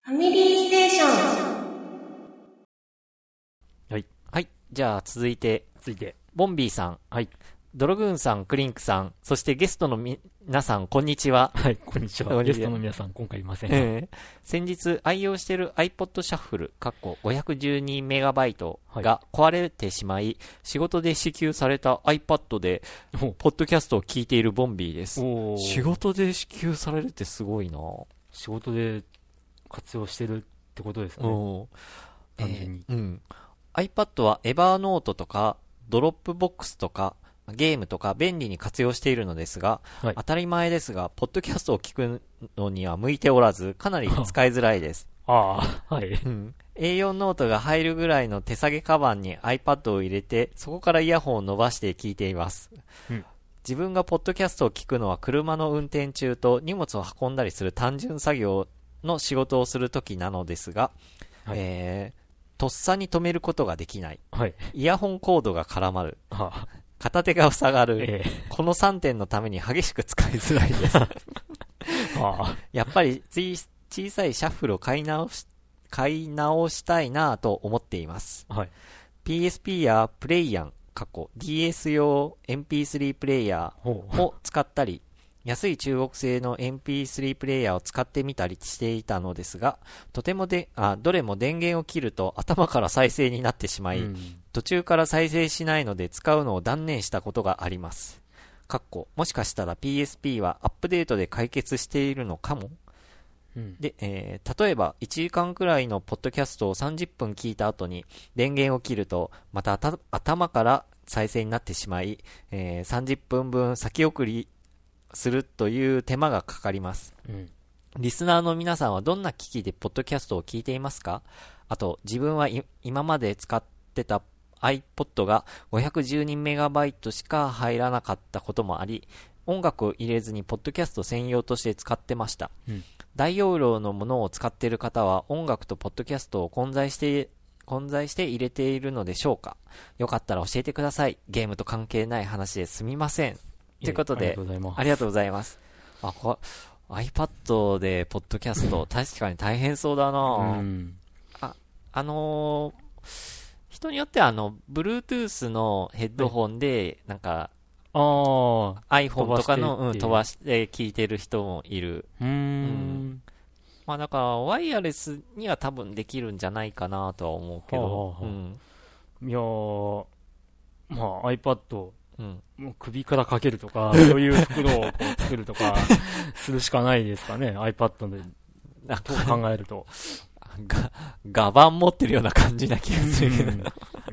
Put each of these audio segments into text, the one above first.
ファミリーステーション。 はい。はい。じゃあ続いて、ボンビーさん。 はい。 ドログーンさん、クリンクさん、そしてゲストの皆さん、こんにちは。 はい、こんにちは。ゲストの皆さん、今回いません。 先日愛用している iPod シャッフル、512MB が壊れてしまい、仕事で支給された iPad で、ポッドキャストを聞いているボンビーです。仕事で支給されるってすごいな。 仕事で活用してるってことですね。単純に。 iPad はエバーノートとか、ドロップボックスとか、ゲームとか便利に活用しているのですが、当たり前ですが、ポッドキャストを聞くのには向いておらず、かなり使いづらいです。A4 ノートが入るぐらいの手提げカバンに iPad を入れて、そこからイヤホンを伸ばして聞いています。自分がポッドキャストを聞くのは車の運転中と荷物を運んだりする単純作業の仕事をするときなのですが、とっさに止めることができない。イヤホンコードが絡まる。片手が塞がる、この3点のために激しく使いづらいですやっぱり小さいシャッフルを買い直したいなと思っています、PSP やプレイヤンDS 用 MP3 プレイヤーを使ったり、安い中国製の MP3 プレイヤーを使ってみたりしていたのですが、どれも電源を切ると頭から再生になってしまい、途中から再生しないので使うのを断念したことがあります。もしかしたら PSP はアップデートで解決しているのかも。で、例えば1時間くらいのポッドキャストを30分聞いた後に電源を切ると、また頭から再生になってしまい、30分分先送りするという手間がかかります、リスナーの皆さんはどんな機器でポッドキャストを聞いていますか？あと自分は今まで使ってた iPod が 512MB しか入らなかったこともあり、音楽を入れずにポッドキャスト専用として使ってました、大容量のものを使っている方は音楽とポッドキャストを混在して入れているのでしょうか？よかったら教えてください。ゲームと関係ない話ですみません。ということで、ありがとうございます。iPad でポッドキャスト、確かに大変そうだな。人によってはBluetooth のヘッドホンで、なんか、iPhone とかの飛ばして聞いてる人もいる。まあだからワイヤレスには多分できるんじゃないかなとは思うけど。 いやー、まあ iPad、もう首からかけるとか、そういう袋をこう作るとか、するしかないですかね、iPad で。と考えると。 ガバン持ってるような感じな気がするけど。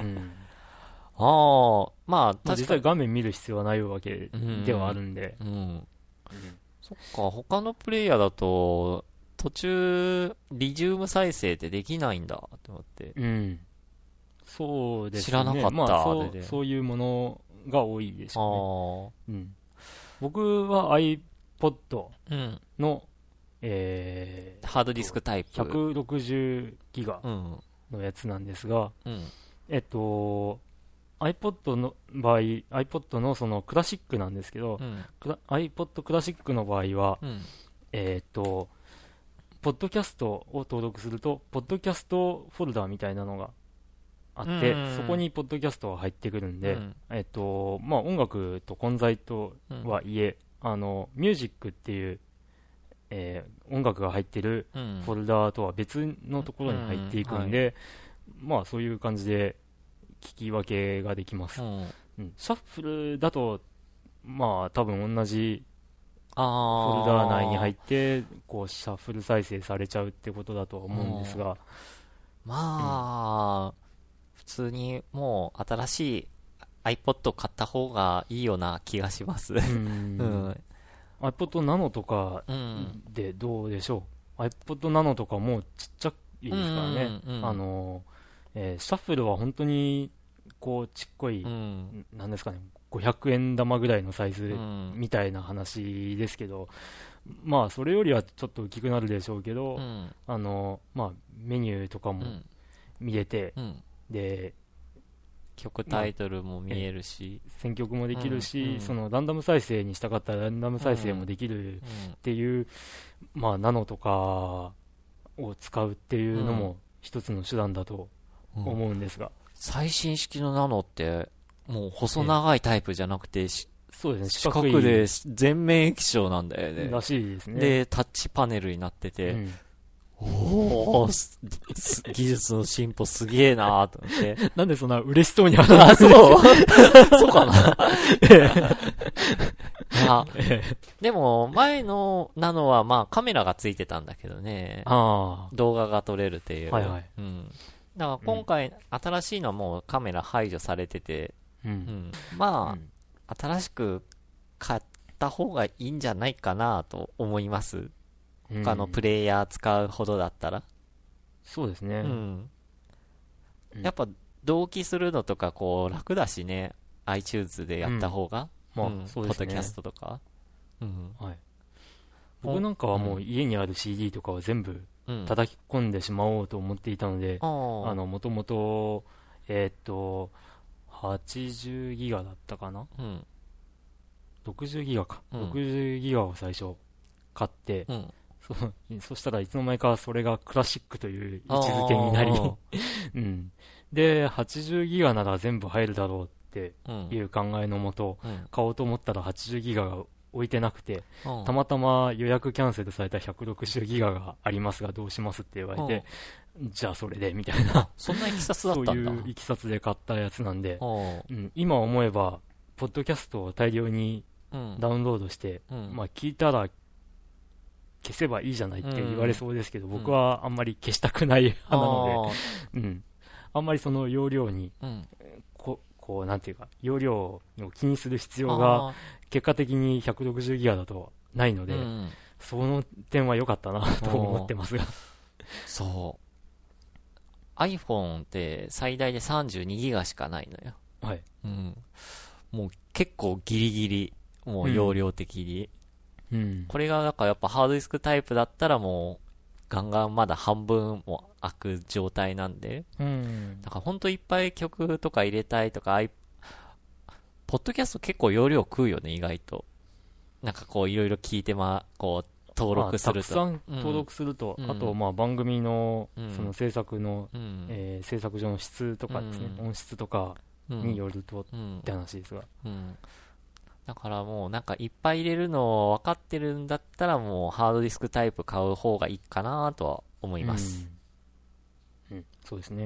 まあ、 実際画面見る必要はないわけではあるんで。 そっか、他のプレイヤーだと、途中、リジウム再生ってできないんだ、と思って。 そうですね。 知らなかった。 まあ、そういうものが多いでしょうね。僕は iPod の、 ハードディスクタイプ。 160ギガのやつなんですが、iPod の場合、iPod のそのクラシックなんですけど、iPod クラシックの場合は、ポッドキャストを登録すると、ポッドキャストフォルダーみたいなのがあって、そこにポッドキャストが入ってくるんで、まあ音楽と混在とはいえ、ミュージックっていう、音楽が入ってるフォルダーとは別のところに入っていくんで、まあそういう感じで聞き分けができます。シャッフルだと、まあ多分同じフォルダー内に入ってこうシャッフル再生されちゃうってことだとは思うんですが、 まあ、普通にもう新しい iPod 買った方がいいような気がします。 iPod Nano とかでどうでしょう。iPod Nano とかもうちっちゃいですからね。シャッフルは本当にこうちっこい、なんですかね、500円玉ぐらいのサイズみたいな話ですけど、まあそれよりはちょっと大きくなるでしょうけど、まあメニューとかも見れて、で曲タイトルも見えるし、 選曲もできるし、そのランダム再生にしたかったらランダム再生もできるっていう、まあナノとかを使うっていうのも一つの手段だと思うんですが、 最新式のナノってもう細長いタイプじゃなくて、 そうですね、 四角で全面液晶なんだよね。 らしいですね。 で、タッチパネルになってて、おー、技術の進歩すげえなーと思って。 なんでそんな嬉しそうに話すそうそうかなでも、前のナノはまあカメラがついてたんだけどね。動画が撮れるっていう。 はいはい。 うん。だから今回、新しいのはもうカメラ排除されてて、まあ、新しく買った方がいいんじゃないかなと思います。他のプレイヤー使うほどだったら。 そうですね。 やっぱ同期するのとかこう楽だしね。iTunes でやった方が。 まあ、そうですね。 ポッドキャストとか。 はい。僕なんかはもう家にある CD とかは全部叩き込んでしまおうと思っていたので、もともと、80ギガだったかな、60ギガか。60ギガを最初買って、そしたらいつの間にかそれがクラシックという位置づけになり、で、80ギガなら全部入るだろうっていう考えのもと、買おうと思ったら80ギガが置いてなくて、たまたま予約キャンセルされた160ギガがありますがどうしますって言われて、じゃあそれでみたいな、 そんないきさつだったんだ。 そういういきさつで買ったやつなんで、今思えばポッドキャストを大量にダウンロードして、まあ聞いたら消せばいいじゃないって言われそうですけど、僕はあんまり消したくない派なので、あんまりその容量に、こうなんていうか容量を気にする必要が結果的に160ギガだとないので、その点は良かったなと思ってますが。 そう。iPhone って最大で32ギガしかないのよ。 はい。 もう結構ギリギリ、もう容量的に。これがなんかやっぱハードディスクタイプだったらもうガンガンまだ半分も開く状態なんで。だからほんといっぱい曲とか入れたいとか、ポッドキャスト結構容量食うよね、意外と。なんかこういろいろ聞いてこう登録すると。 たくさん登録すると、あとまあ番組のその制作の、制作上の質とかですね、音質とかによるとって話ですが。 だからもうなんかいっぱい入れるの分かってるんだったらもうハードディスクタイプ買う方がいいかなとは思います。 そうですね。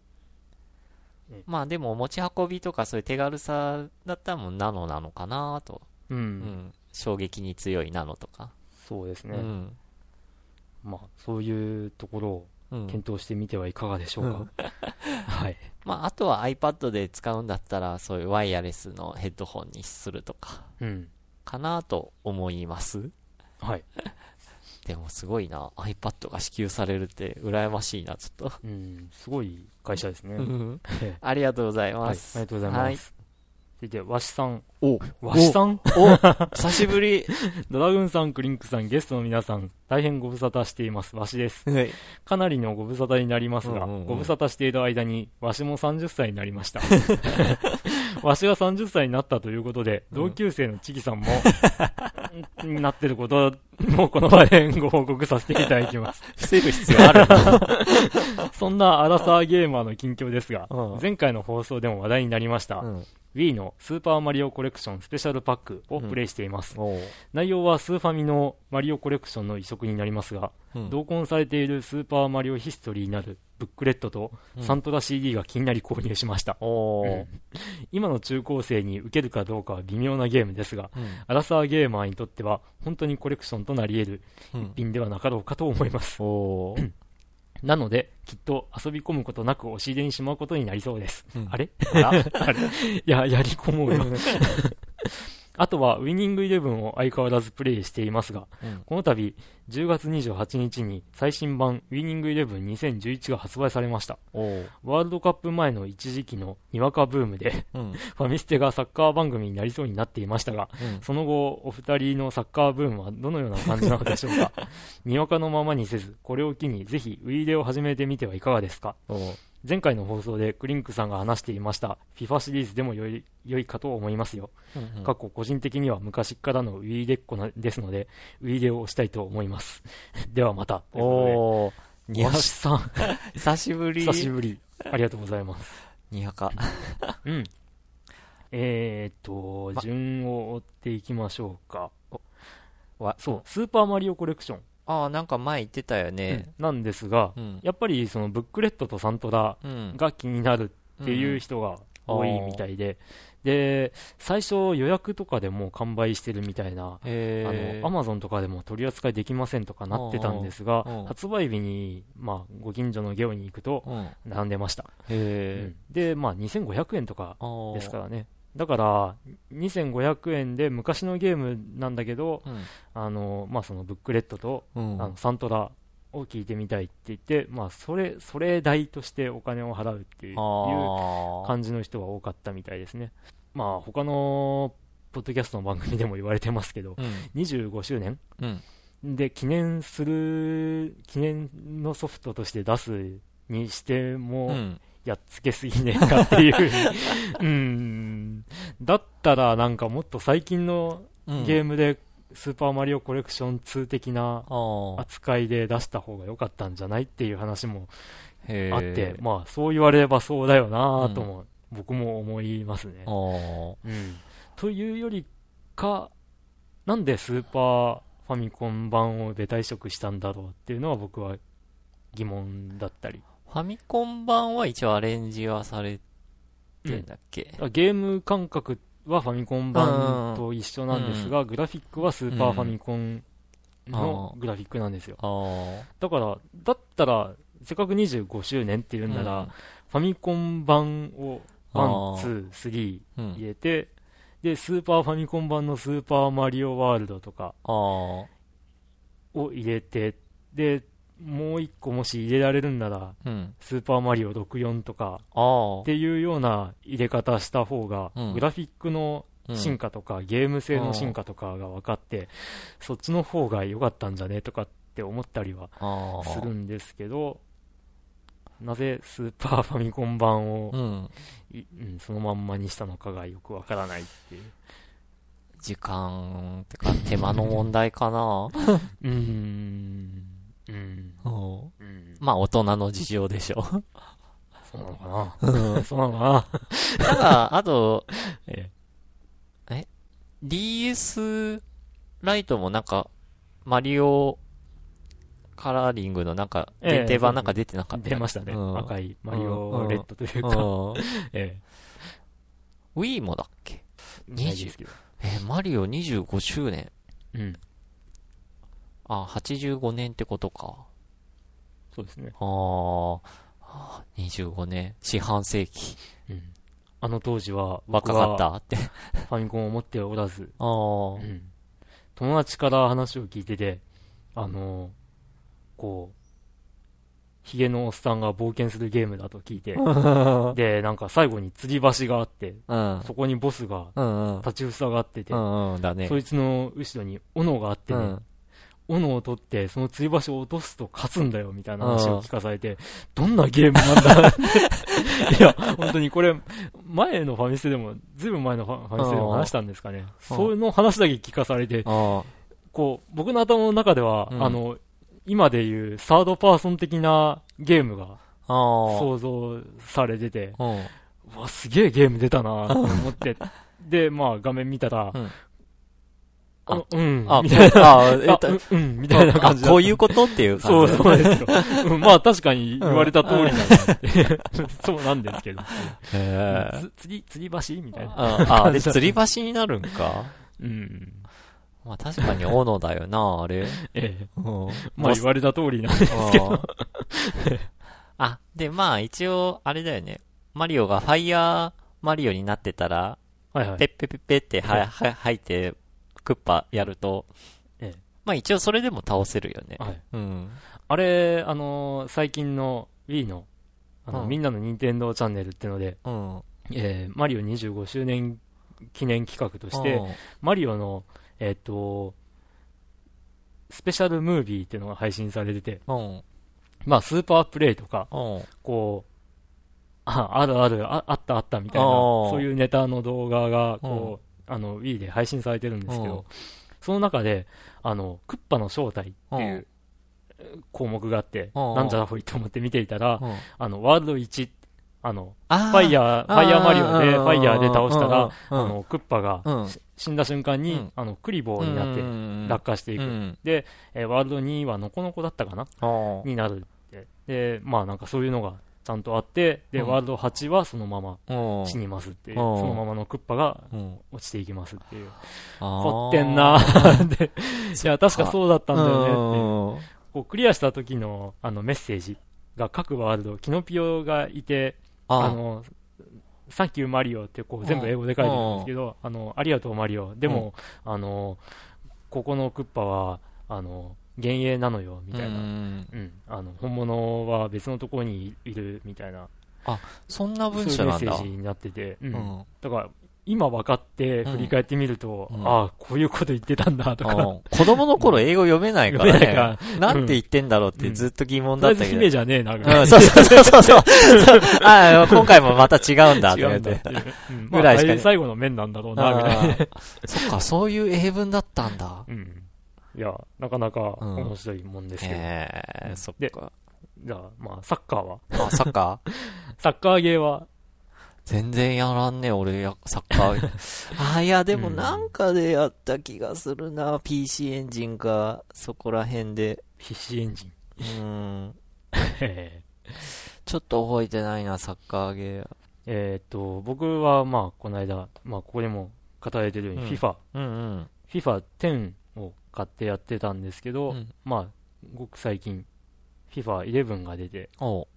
まあでも持ち運びとかそういう手軽さだったらもうナノなのかなと。衝撃に強いナノとか。 そうですね。まあそういうところを検討してみてはいかがでしょうか。はい。 まああとは iPad で使うんだったらそういうワイヤレスのヘッドホンにするとか。かなと思います。 はい。 でもすごいな。iPad が支給されるって羨ましいな、ちょっと。 すごい会社ですね。 ありがとうございます。 ありがとうございます。続いて、わしさん。 わしさん久しぶり。 ドラグーンさん、クリンクさん、ゲストの皆さん、大変ご無沙汰しています。わしです。かなりのご無沙汰になりますが、ご無沙汰している間に、わしも30歳になりました。わしが30歳になったということで、同級生のチキさんも、なってることもこの場でご報告させていただきます。 伏せる必要あるな。 そんなアラサーゲーマーの近況ですが、前回の放送でも話題になりました。Wii のスーパーマリオコレクションスペシャルパックをプレイしています。内容はスーファミのマリオコレクションの移植になりますが、同梱されているスーパーマリオヒストリーなるブックレットとサントラ CD が気になり購入しました。今の中高生に受けるかどうかは微妙なゲームですが、アラサーゲーマーにとっては本当にコレクションとなり得る一品ではなかろうかと思います。なので、きっと遊び込むことなく押し入れにしまうことになりそうです。あれあれやり込もうよ。あとはウィニングイレブンを相変わらずプレイしていますが、この度10月28日に最新版ウィニングイレブン2011が発売されました。ワールドカップ前の一時期のにわかブームで、ファミステがサッカー番組になりそうになっていましたが、その後お二人のサッカーブームはどのような感じなのでしょうか。にわかのままにせず、これを機にぜひウィーレを始めてみてはいかがですか。前回の放送でクリンクさんが話していました FIFA シリーズでも良いかと思いますよ。過去個人的には昔からのウィーレっ子ですのでウィーレを押したいと思います。ではまた。 にわわしさん。 久しぶり。 久しぶり。ありがとうございます。 にわか。 うん。順を追っていきましょうか。そう、スーパーマリオコレクション。 ああ、なんか前言ってたよね。 なんですが、やっぱりそのブックレットとサントラが気になるっていう人が多いみたいで、で、最初予約とかでもう完売してるみたいな、アマゾンとかでも取り扱いできませんとかなってたんですが、発売日に、まあ、ご近所のゲオに行くと、並んでました。で、まあ、2500円とかですからね。だから、2500円で昔のゲームなんだけど、まあ、そのブックレットと、サントラを聞いてみたいって言って、まあ、それ代としてお金を払うっていう感じの人が多かったみたいですね。まあ、他のポッドキャストの番組でも言われてますけど、25周年、で記念のソフトとして出すにしても、やっつけすぎねえかっていうだったらなんかもっと最近のゲームでスーパーマリオコレクション2的な扱いで出した方が良かったんじゃないっていう話もあって、まあそう言われればそうだよなぁとも、僕も思いますね。というよりか、なんでスーパーファミコン版をベタ移植したんだろうっていうのは僕は疑問だったり。 ファミコン版は一応アレンジはされてんだっけ、 ゲーム感覚はファミコン版と一緒なんですが、グラフィックはスーパーファミコンのグラフィックなんですよ。だったら、せっかく25周年っていうんなら、ファミコン版を1、2、3入れて、で、スーパーファミコン版のスーパーマリオワールドとかを入れて、で、もう一個もし入れられるんなら、スーパーマリオ64とかっていうような入れ方した方が、グラフィックの進化とか、ゲーム性の進化とかが分かって、そっちの方が良かったんじゃねとかって思ったりはするんですけど、なぜスーパーファミコン版を、そのまんまにしたのかがよくわからないっていう。 時間ってか手間の問題かなまあ大人の事情でしょ。 そうなのかなそうなのかなただ、あと、DS ライトもなんか、マリオカラーリングのなんか、限定版なんか出てなかった、 出ましたね。赤いマリオレッドというか。 Wii もだっけ ?20 マリオ25周年。85年ってことか。 そうですね。 25年。四半世紀。 あの当時は、 若かったって。 ファミコンを持っておらず、友達から話を聞いてて、こう、ヒゲのおっさんが冒険するゲームだと聞いて、で、なんか最後に吊り橋があって、そこにボスが立ちふさがってて、そいつの後ろに斧があってね、斧を取ってその吊り橋を落とすと勝つんだよみたいな話を聞かされて、どんなゲームなんだいや、本当にこれ、前のファミステでも、ずいぶん前のファミステでも話したんですかね。その話だけ聞かされて、こう、僕の頭の中では、今でいうサードパーソン的なゲームが想像されてて、うわ、すげえゲーム出たなと思って、で、まあ画面見たら、みたいな。みたいな感じ。 こういうことっていう感じ。そうですよ。まあ確かに言われた通りなんで。そうなんですけど。吊り橋みたいな。 で、吊り橋になるんか。まあ確かに斧だよな、あれ。 まあ言われた通りなんですけど。 で、まあ一応、あれだよね。マリオがファイヤーマリオになってたら、ペッペペッペって吐いて、クッパやると、まあ一応それでも倒せるよね。 あれ、最近の Wii の、みんなの任天堂チャンネルってので、マリオ25周年記念企画として、マリオの、スペシャルムービーっていうのが配信されてて、まあスーパープレイとか、こう、あったみたいな、そういうネタの動画が、こう、Wii で配信されてるんですけど、その中で、クッパの正体っていう、 項目があって、 うんなんじゃほいと思って見ていたら、 うんワールド1、ファイヤーマリオで、ファイヤーで倒したら、クッパが死んだ瞬間に、クリボーになって落下していく。で、ワールド2はノコノコだったかなになるって。で、まあなんかそういうのがちゃんとあって、で、ワールド8はそのまま死にますっていう、そのままのクッパが落ちていきますっていう。凝ってんなーって。いや、確かそうだったんだよねっていう。こうクリアした時のメッセージが各ワールド、キノピオがいて、サンキューマリオってこう全部英語で書いてるんですけど、ありがとうマリオ。でも、ここのクッパは、幻影なのよ、みたいな。本物は別のところにいる、みたいな。 そんな文章なんだ。 そういうメッセージになってて。だから、今分かって振り返ってみると、こういうこと言ってたんだとか。 子供の頃英語読めないからね。なんて言ってんだろうってずっと疑問だったけど。 とりあえず姫じゃねえな、ぐらい。 そう。今回もまた違うんだ、とか言って。 ぐらいしか最後の面なんだろうな、ぐらい。 そっか、そういう英文だったんだ。 いや、なかなか面白いもんですけど。 そっか。 じゃあ、まあ、サッカーはサッカーサッカーゲーは全然やらんね、俺、サッカー。いや、でもなんかでやった気がするな。PC エンジンか、そこら辺で。 PC エンジンちょっと覚えてないな、サッカーゲー。僕は、まあ、この間、まあ、ここでも語られてるように、FIFA 10を買ってやってたんですけど、まあ、ごく最近、FIFA 11が出て、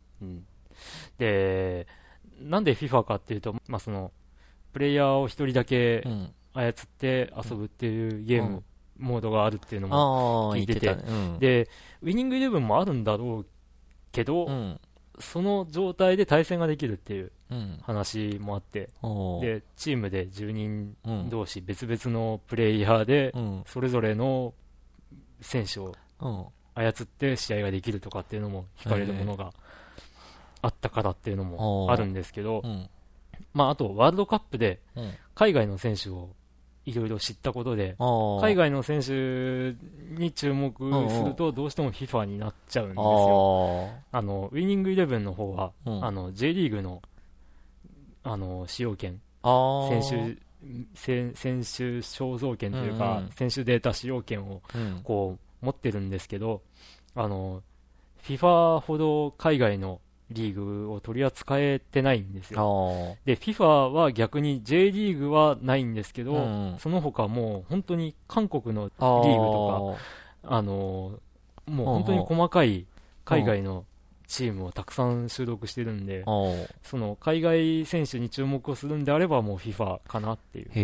で、なんで FIFA かっていうと、まあ、その、プレイヤーを一人だけ操って遊ぶっていうゲーム、モードがあるっていうのも聞いてて、で、ウィニングイレブンもあるんだろうけど、その状態で対戦ができるっていう話もあって、で、チームで10人同士別々のプレイヤーで、それぞれの選手を操って試合ができるとかっていうのも惹かれるものがあったからっていうのもあるんですけど、まあ、あとワールドカップで海外の選手をいろいろ知ったことで、海外の選手に注目するとどうしても FIFA になっちゃうんですよ。ウィニングイレブンの方は、J リーグの、使用権、選手肖像権というか、選手データ使用権をこう持ってるんですけど、FIFA ほど海外のリーグを取り扱えてないんですよ。で、FIFA は逆に J リーグはないんですけど、その他もう本当に韓国のリーグとか、もう本当に細かい海外のチームをたくさん収録してるんで、その海外選手に注目をするんであればもう FIFA かなっていう。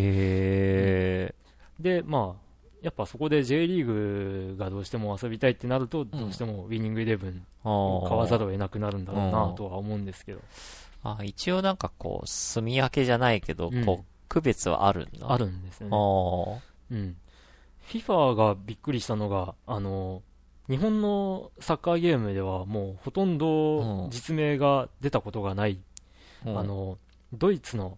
で、まあ、やっぱそこで J リーグがどうしても遊びたいってなると、どうしてもウィニングイレブンを買わざるを得なくなるんだろうなとは思うんですけど。 一応なんかこう、住み分けじゃないけど、こう、区別はあるんだ。 あるんですね。FIFA がびっくりしたのが、日本のサッカーゲームではもうほとんど実名が出たことがない、ドイツの、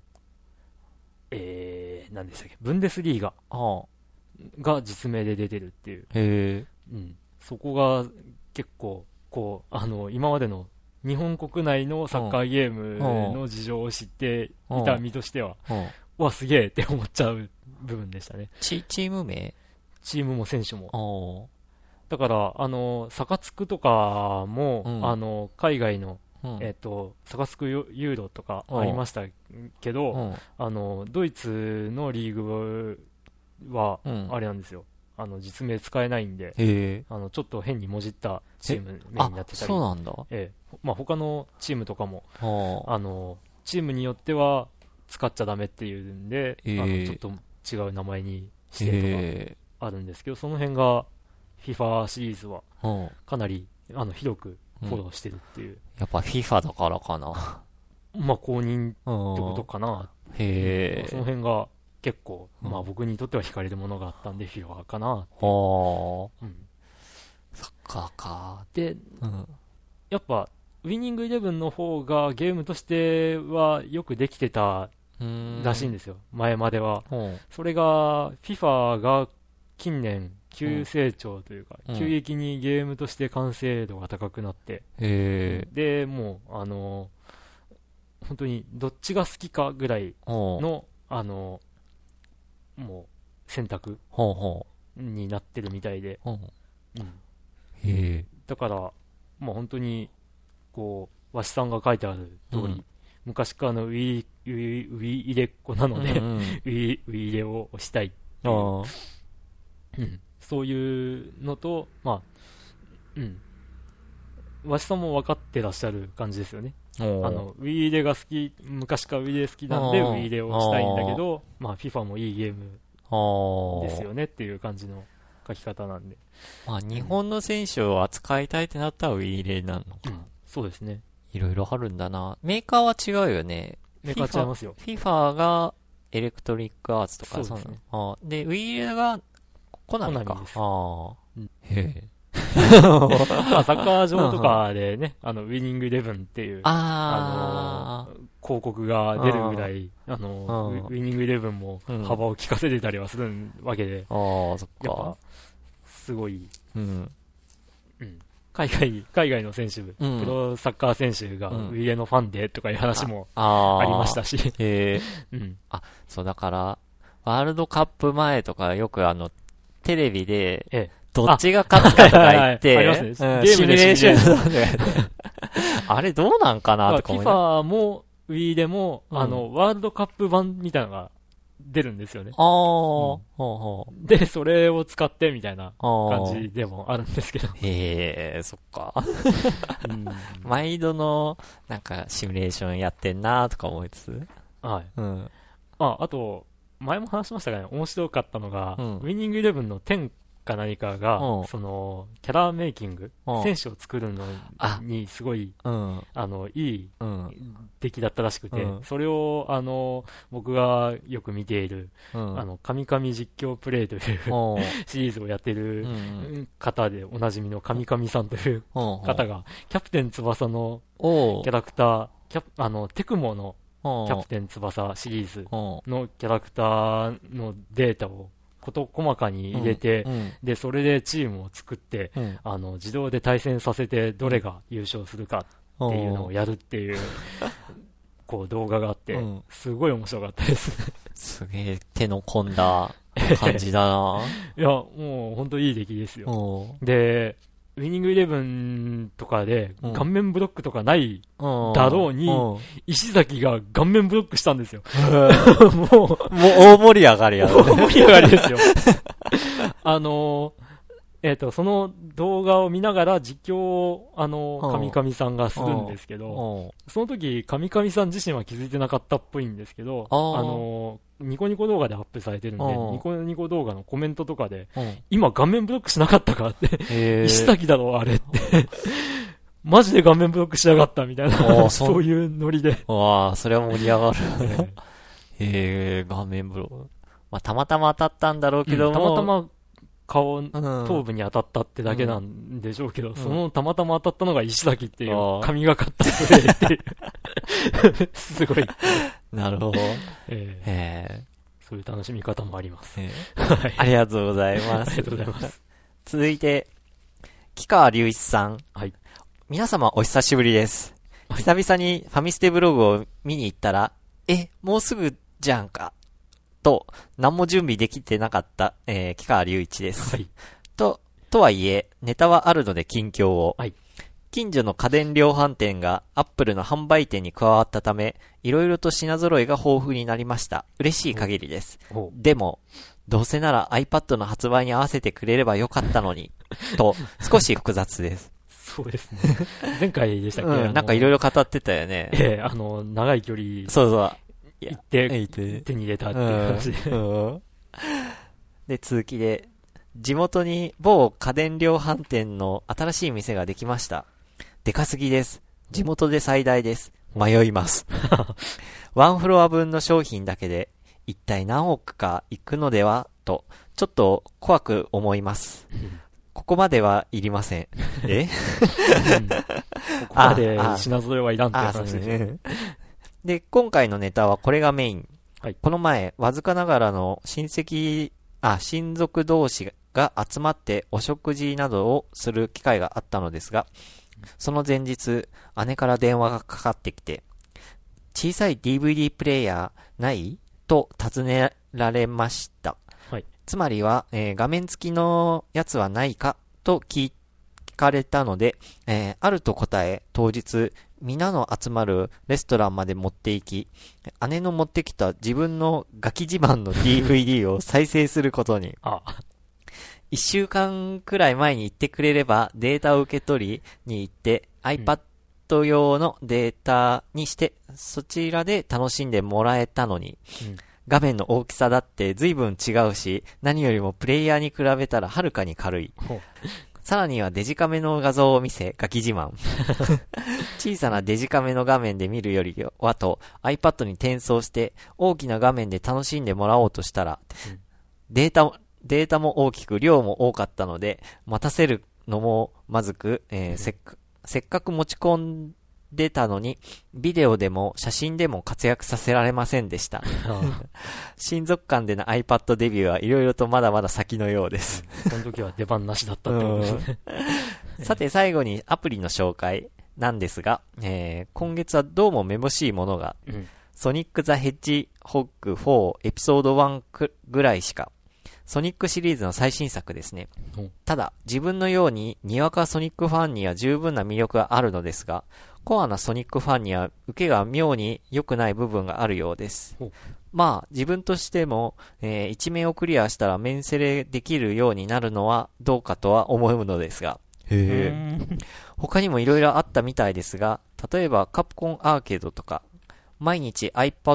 何でしたっけ、ブンデスリーガ。が実名で出てるっていう。そこが結構、こう、今までの日本国内のサッカーゲームの事情を知っていた身としては、わ、すげえって思っちゃう部分でしたね。 チーム名？ チームも選手も。だから、サカツクとかも、海外の、サカツクユーロとかありましたけど、ドイツのリーグは、あれなんですよ。実名使えないんで、ちょっと変にもじったチーム名になってたり。 そうなんだ。 まあ、他のチームとかも、チームによっては使っちゃダメっていうんで、ちょっと違う名前にしてとかあるんですけど、その辺が FIFA シリーズはかなり広くフォローしてるっていう。 やっぱ FIFA だからかな。 まあ、公認ってことかな。その辺が結構、まあ僕にとっては惹かれるものがあったんで、FIFA かなって。 そっか。 で、やっぱ、ウィニングイレブンの方がゲームとしてはよくできてたらしいんですよ。前までは。それが、FIFA が近年急成長というか、急激にゲームとして完成度が高くなって、でもう本当にどっちが好きかぐらいのもう選択になってるみたいで、だからもう本当にこうわしさんが書いてある通り、昔からのウィ入れっ子なので、ウィ入れを押したいっていう、そういうのと、まあ、わしさんも分かってらっしゃる感じですよね。ウィ入れが好き、昔からウィ入れ好きなんでウィ入れをしたいんだけど、まあ FIFA もいいゲームですよねっていう感じの書き方なんで。 まあ日本の選手を扱いたいってなったらウィ入れなのか。 そうですね。 いろいろあるんだな。メーカーは違うよね。 メーカー違いますよ。 FIFA がエレクトリックアーツとかそうですね。 で、ウィーレがコナミか。 です。 へえ。 まあサッカー場とかでね、ウィニングイレブンっていう、広告が出るぐらい、ウィニングイレブンも幅を利かせてたりはするわけで、 そっか。 やっぱ、すごい、海外の選手、プロサッカー選手がウィレのファンでとかいう話もありましたし。 そうだから、ワールドカップ前とかよくテレビで、どっちが勝つかとか言って、 ゲームでシミュレーション。 あれどうなんかなとか思いながら。 FIFA も Wii でも、ワールドカップ版みたいなのが出るんですよね。で、それを使ってみたいな感じでもあるんですけど。 そっか。毎度の、なんか、シミュレーションやってんなとか思いつつ。 はい。あと、前も話しましたがね、面白かったのが、ウィニングイレブンの10か何かが、その、キャラメイキング、選手を作るのにすごい、いい出来だったらしくて、それを、僕がよく見ている、神々実況プレイというシリーズをやってる方でおなじみの神々さんという方が、キャプテン翼のキャラクター、テクモのキャプテン翼シリーズのキャラクターのデータを事細かに入れて、で、それでチームを作って、自動で対戦させてどれが優勝するかっていうのをやるっていう、こう動画があって、すごい面白かったです。 すげえ手の込んだ感じだな。 いや、もう本当いい出来ですよ。で、ウィニングイレブンとかで顔面ブロックとかないだろうに、石崎が顔面ブロックしたんですよ。もう大盛り上がりやろ。 大盛り上がりですよ。その動画を見ながら実況を、神々さんがするんですけど、その時、神々さん自身は気づいてなかったっぽいんですけど、ニコニコ動画でアップされてるんで、ニコニコ動画のコメントとかで、今顔面ブロックしなかったかって、石崎だろ、あれって。マジで顔面ブロックしやがったみたいな、そういうノリで。 それは盛り上がる。顔面ブロック。まあ、たまたま当たったんだろうけども。 たまたま顔、頭部に当たったってだけなんでしょうけど、そのたまたま当たったのが石崎っていう、神がかったプレイっていう。すごい。 なるほど。 そういう楽しみ方もあります。 ありがとうございます。 ありがとうございます。 続いて、木川隆一さん。皆様お久しぶりです。久々にファミステブログを見に行ったら、もうすぐじゃんか。と、何も準備できてなかった、木川隆一です。とはいえ、ネタはあるので近況を。近所の家電量販店がアップルの販売店に加わったため、いろいろと品揃えが豊富になりました。嬉しい限りです。でも、どうせなら iPad の発売に合わせてくれればよかったのに、と、少し複雑です。 そうですね。前回でしたっけ、 なんかいろいろ語ってたよね。 長い距離。行って、手に入れたっていう話で。 で、続きで、地元に某家電量販店の新しい店ができました。でかすぎです。地元で最大です。迷います。ワンフロア分の商品だけで、一体何億か行くのではと、ちょっと怖く思います。ここまではいりません。 ここまで品揃えはいらんって話ですね。 で、今回のネタはこれがメイン。この前、わずかながらの親戚親族同士が集まってお食事などをする機会があったのですが、その前日、姉から電話がかかってきて、小さい DVD プレイヤーないと尋ねられました。 はい。 つまりは、画面付きのやつはないかと聞かれたので、あると答え、当日、皆の集まるレストランまで持って行き、姉の持ってきた自分のガキ自慢の DVD を再生することに。1週間くらい前に言ってくれればデータを受け取りに行って、iPad 用のデータにして、そちらで楽しんでもらえたのに、画面の大きさだって随分違うし、何よりもプレイヤーに比べたらはるかに軽い。さらにはデジカメの画像を見せ、ガキ自慢。小さなデジカメの画面で見るよりはと iPad に転送して大きな画面で楽しんでもらおうとしたら、データも大きく量も多かったので、待たせるのもまずく、せっかく持ち込んでたのに、ビデオでも写真でも活躍させられませんでした。親族間での iPad デビューはいろいろとまだまだ先のようです。 その時は出番なしだったってことですね。 さて最後にアプリの紹介なんですが、今月はどうもめぼしいものが、ソニック・ザ・ヘッジホッグ4エピソード1ぐらいしか、ソニックシリーズの最新作ですね。ただ、自分のようににわかソニックファンには十分な魅力があるのですが、コアなソニックファンには受けが妙に良くない部分があるようです。まあ、自分としても、一面をクリアしたら面セレできるようになるのはどうかとは思うのですが。他にも色々あったみたいですが、例えばカプコンアーケードとか、毎日 iPod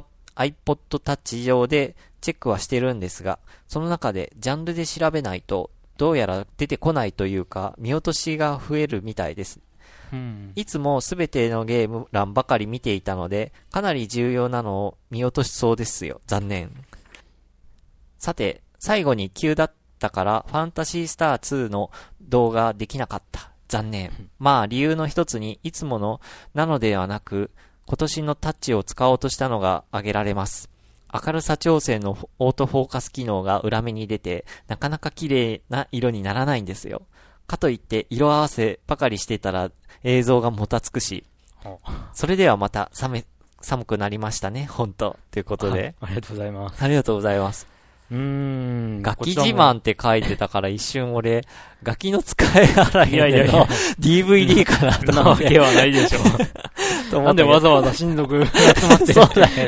Touch 上でチェックはしてるんですが、その中でジャンルで調べないと、どうやら出てこないというか、見落としが増えるみたいです。いつもすべてのゲーム欄ばかり見ていたので、かなり重要なのを見落としそうですよ。残念。さて、最後に急だったから、ファンタシースター2の動画できなかった。残念。まあ、理由の一つに、いつものなのではなく、今年のタッチを使おうとしたのが挙げられます。明るさ調整のオートフォーカス機能が裏目に出て、なかなか綺麗な色にならないんですよ。かといって色合わせばかりしてたら映像がもたつくし。それではまた寒くなりましたね、本当ということで。 ありがとうございます。 ありがとうございます。ガキ自慢って書いてたから一瞬俺、ガキの使い洗いの DVD かなと思って。 なわけはないでしょ。なんでわざわざ親族が集まって、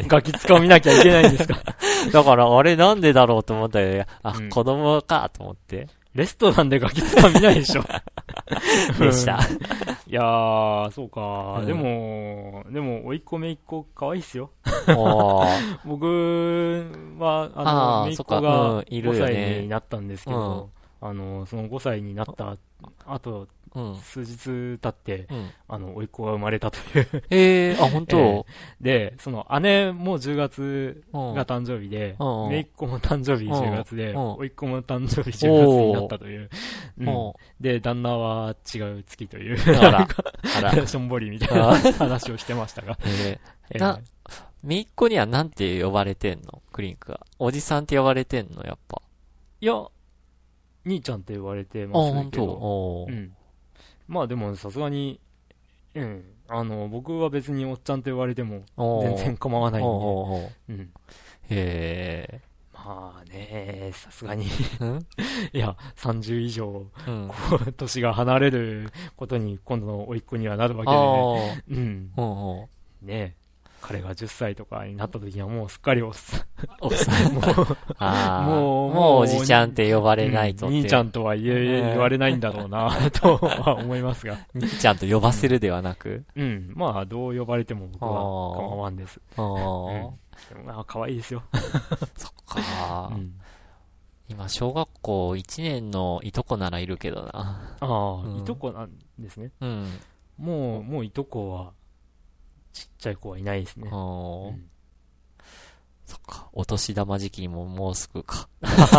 ガキ使を見なきゃいけないんですか。 だから、あれなんでだろうと思ったよ。子供かと思って。 レストランでガキ使見ないでしょ。 でした。 いやー、そうか。でも、甥っ子姪っ子可愛いっすよ。僕は、姪っ子が5歳になったんですけど、その5歳になった後、数日経って、甥っ子が生まれたという。 本当で、その姉も10月が誕生日で、姪っ子も誕生日10月で、甥っ子も誕生日10月になったという。で、旦那は違う月という、しょんぼりみたいな話をしてましたが。 姪っ子にはなんて呼ばれてんのクリンクは。おじさんって呼ばれてんのやっぱ。 いや、兄ちゃんって呼ばれてますけど。まあでもさすがに、僕は別におっちゃんと呼ばれても全然構わないんで。まあね、さすがにいや、30以上、年が離れることに今度の甥っ子にはなるわけでね。ね彼が10歳とかになった時にはもうすっかりおっさん。 もうおじちゃんって呼ばれないとって。 兄ちゃんとは言われないんだろうな、とは思いますが。 兄ちゃんと呼ばせるではなく。 まあ、どう呼ばれても僕は構わんです。まあ、可愛いですよ。 そっか。今、小学校1年のいとこならいるけどな。 いとこなんですね。もういとこは、ちっちゃい子はいないですね。 そっか。お年玉時期にももうすぐか。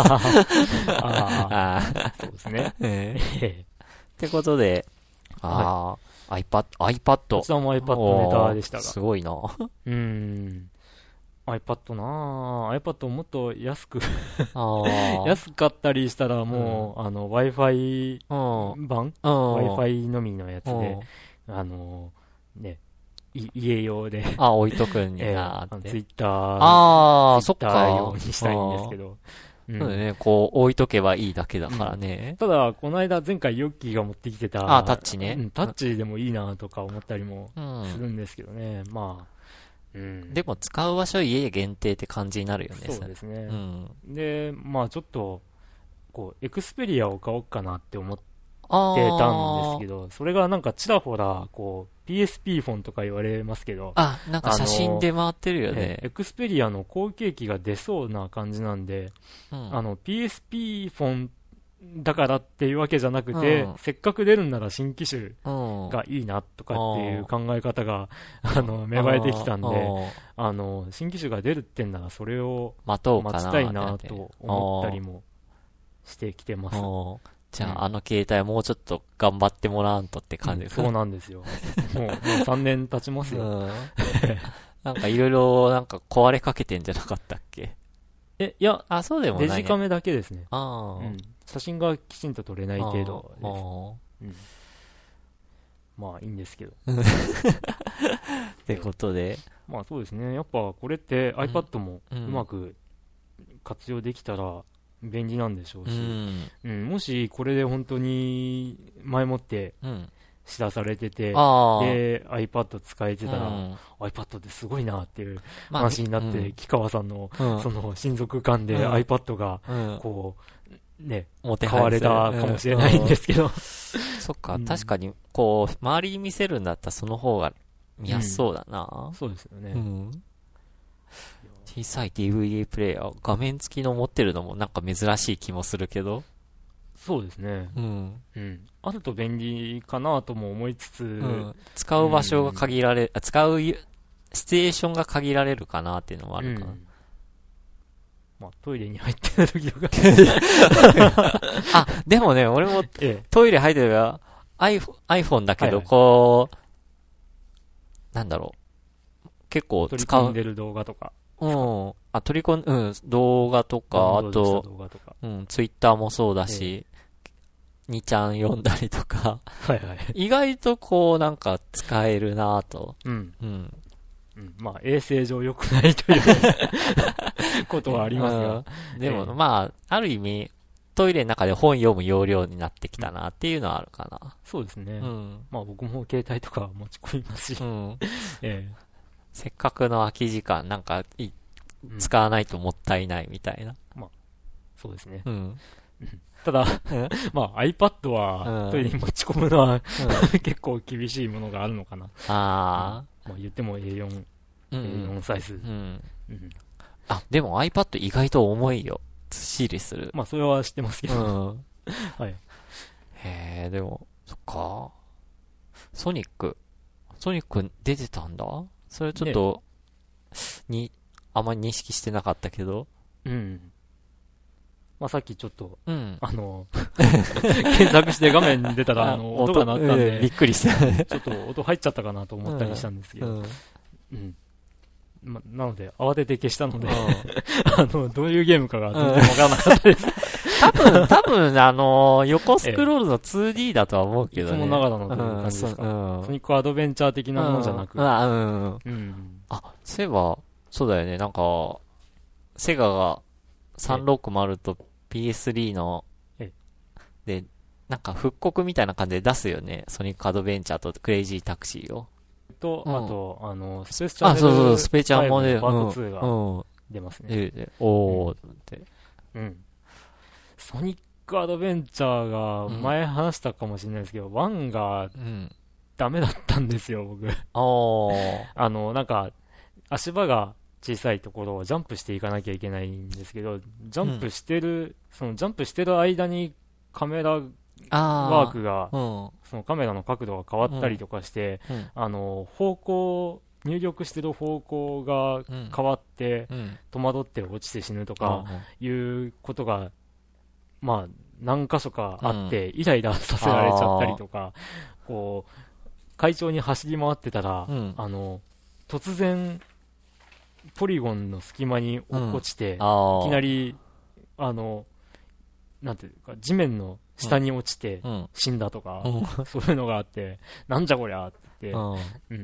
そうですね。 ってことで、iPad。 こちらも iPad ネタでしたが。 すごいな。 iPad なぁ。iPad もっと安くあ安かったりしたらもう、Wi-Fi 版 ?Wi-Fi のみのやつで、ね、家用で置いとくんやなって。 ツイッター、 そっか。 用にしたいんですけど。 そうだね、こう置いとけばいいだけだからね。 ただ、この間前回ヨッキーが持ってきてた、 タッチね。 タッチでもいいなとか思ったりもするんですけどね。まあ、 でも使う場所家限定って感じになるよね。 そうですね。で、まあちょっと、こう、エクスペリアを買おうかなって思ってたんですけど、それがなんかちらほら、こう、PSP フォンとか言われますけど、 なんか写真で回ってるよね。 エクスペリアの後継機が出そうな感じなんで、PSP フォンだからっていうわけじゃなくて、せっかく出るんなら新機種がいいなとかっていう考え方が、芽生えてきたんで、新機種が出るってんならそれを待ちたいなと思ったりもしてきてます。 じゃあ、携帯もうちょっと頑張ってもらわんとって感じですそうなんですよ。もう3年経ちますよ。 なんかいろいろなんか壊れかけてんじゃなかったっけ？ いや、 そうでもない、 デジカメだけですね。写真がきちんと撮れない程度です。まあいいんですけど。 ってことで。 まあそうですね。やっぱこれって iPad もうまく活用できたら便利なんでしょうし、もしこれで本当に前もって知らされてて、で iPad 使えてたら、iPad ってすごいなっていう話になって、木川さんのその親族間で iPad がこうね、買われたかもしれないんですけど。 そっか、確かにこう周りに見せるんだったらその方が見やすそうだな。 そうですよね。 小さい DVD プレイヤー、画面付きの持ってるのもなんか珍しい気もするけど。 そうですね。あると便利かなとも思いつつ、 使う場所が限られ、使うシチュエーションが限られるかなっていうのもあるかな。 まあ、トイレに入ってる時とか。 でもね、俺もトイレ入ってるから、iPhone だけど、こう、なんだろう。結構使う。 取り込んでる動画とか。 動画とか、あと、ツイッターもそうだし、2ちゃん読んだりとか、意外とこうなんか使えるなぁと。 まあ、衛生上良くないということはありますが。 でも、まあ、ある意味、トイレの中で本読む容量になってきたなっていうのはあるかな。 そうですね。まあ僕も携帯とか持ち込みますし。 せっかくの空き時間、なんか、使わないともったいないみたいな。 まあ、そうですね。ただ、まあ iPad はトイレに持ち込むのは結構厳しいものがあるのかな。まあ言っても A4 サイズ。 でも iPad 意外と重いよ。ずっしりする。 まあそれは知ってますけど。 でも、そっか。ソニック出てたんだ？それちょっと、あんまり認識してなかったけど。 まあさっきちょっと、検索して画面に出たら、音が鳴ったんで、 びっくりした。 ちょっと音入っちゃったかなと思ったりしたんですけど、なので、慌てて消したので、どういうゲームかが全然わからなかったです。 多分、横スクロールの 2D だとは思うけどね。 いつもながらのという感じですか。ソニックアドベンチャー的なものじゃなく。 そういえば、そうだよね。なんか、セガが360と PS3 の、で、なんか復刻みたいな感じで出すよね。ソニックアドベンチャーとクレイジータクシーを。 あと、スペースチャンネルそう、スペチャーもね、 パート2が出ますね。 おー、って。 ソニックアドベンチャーが前話したかもしれないですけど、1がダメだったんですよ、僕。なんか、足場が小さいところをジャンプしていかなきゃいけないんですけど、ジャンプしてる間にカメラワークが、そのカメラの角度が変わったりとかして、入力してる方向が変わって、戸惑って落ちて死ぬとかいうことが、まあ、何箇所かあって、イライラさせられちゃったりとか、こう、快調に走り回ってたら、突然、 ポリゴンの隙間に落ちて、いきなり、なんていうか、地面の下に落ちて死んだとか、そういうのがあって、なんじゃこりゃって言って、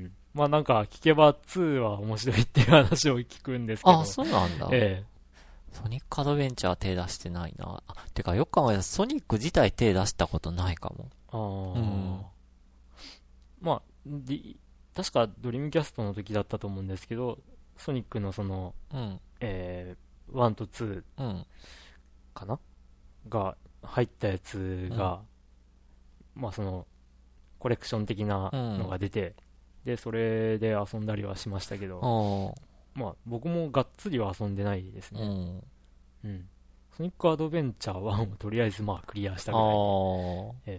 まあなんか聞けば2は面白いっていう話を聞くんですけど。 そうなんだ。ソニックアドベンチャー手出してないな。てかよく考えたらソニック自体手出したことないかも。 まあ、確かドリームキャストの時だったと思うんですけど、ソニックのその、1と2かな、が入ったやつが、まあその、コレクション的なのが出て、で、それで遊んだりはしましたけど、まあ僕もがっつりは遊んでないですね。ソニックアドベンチャー1をとりあえずまあクリアしたぐらい。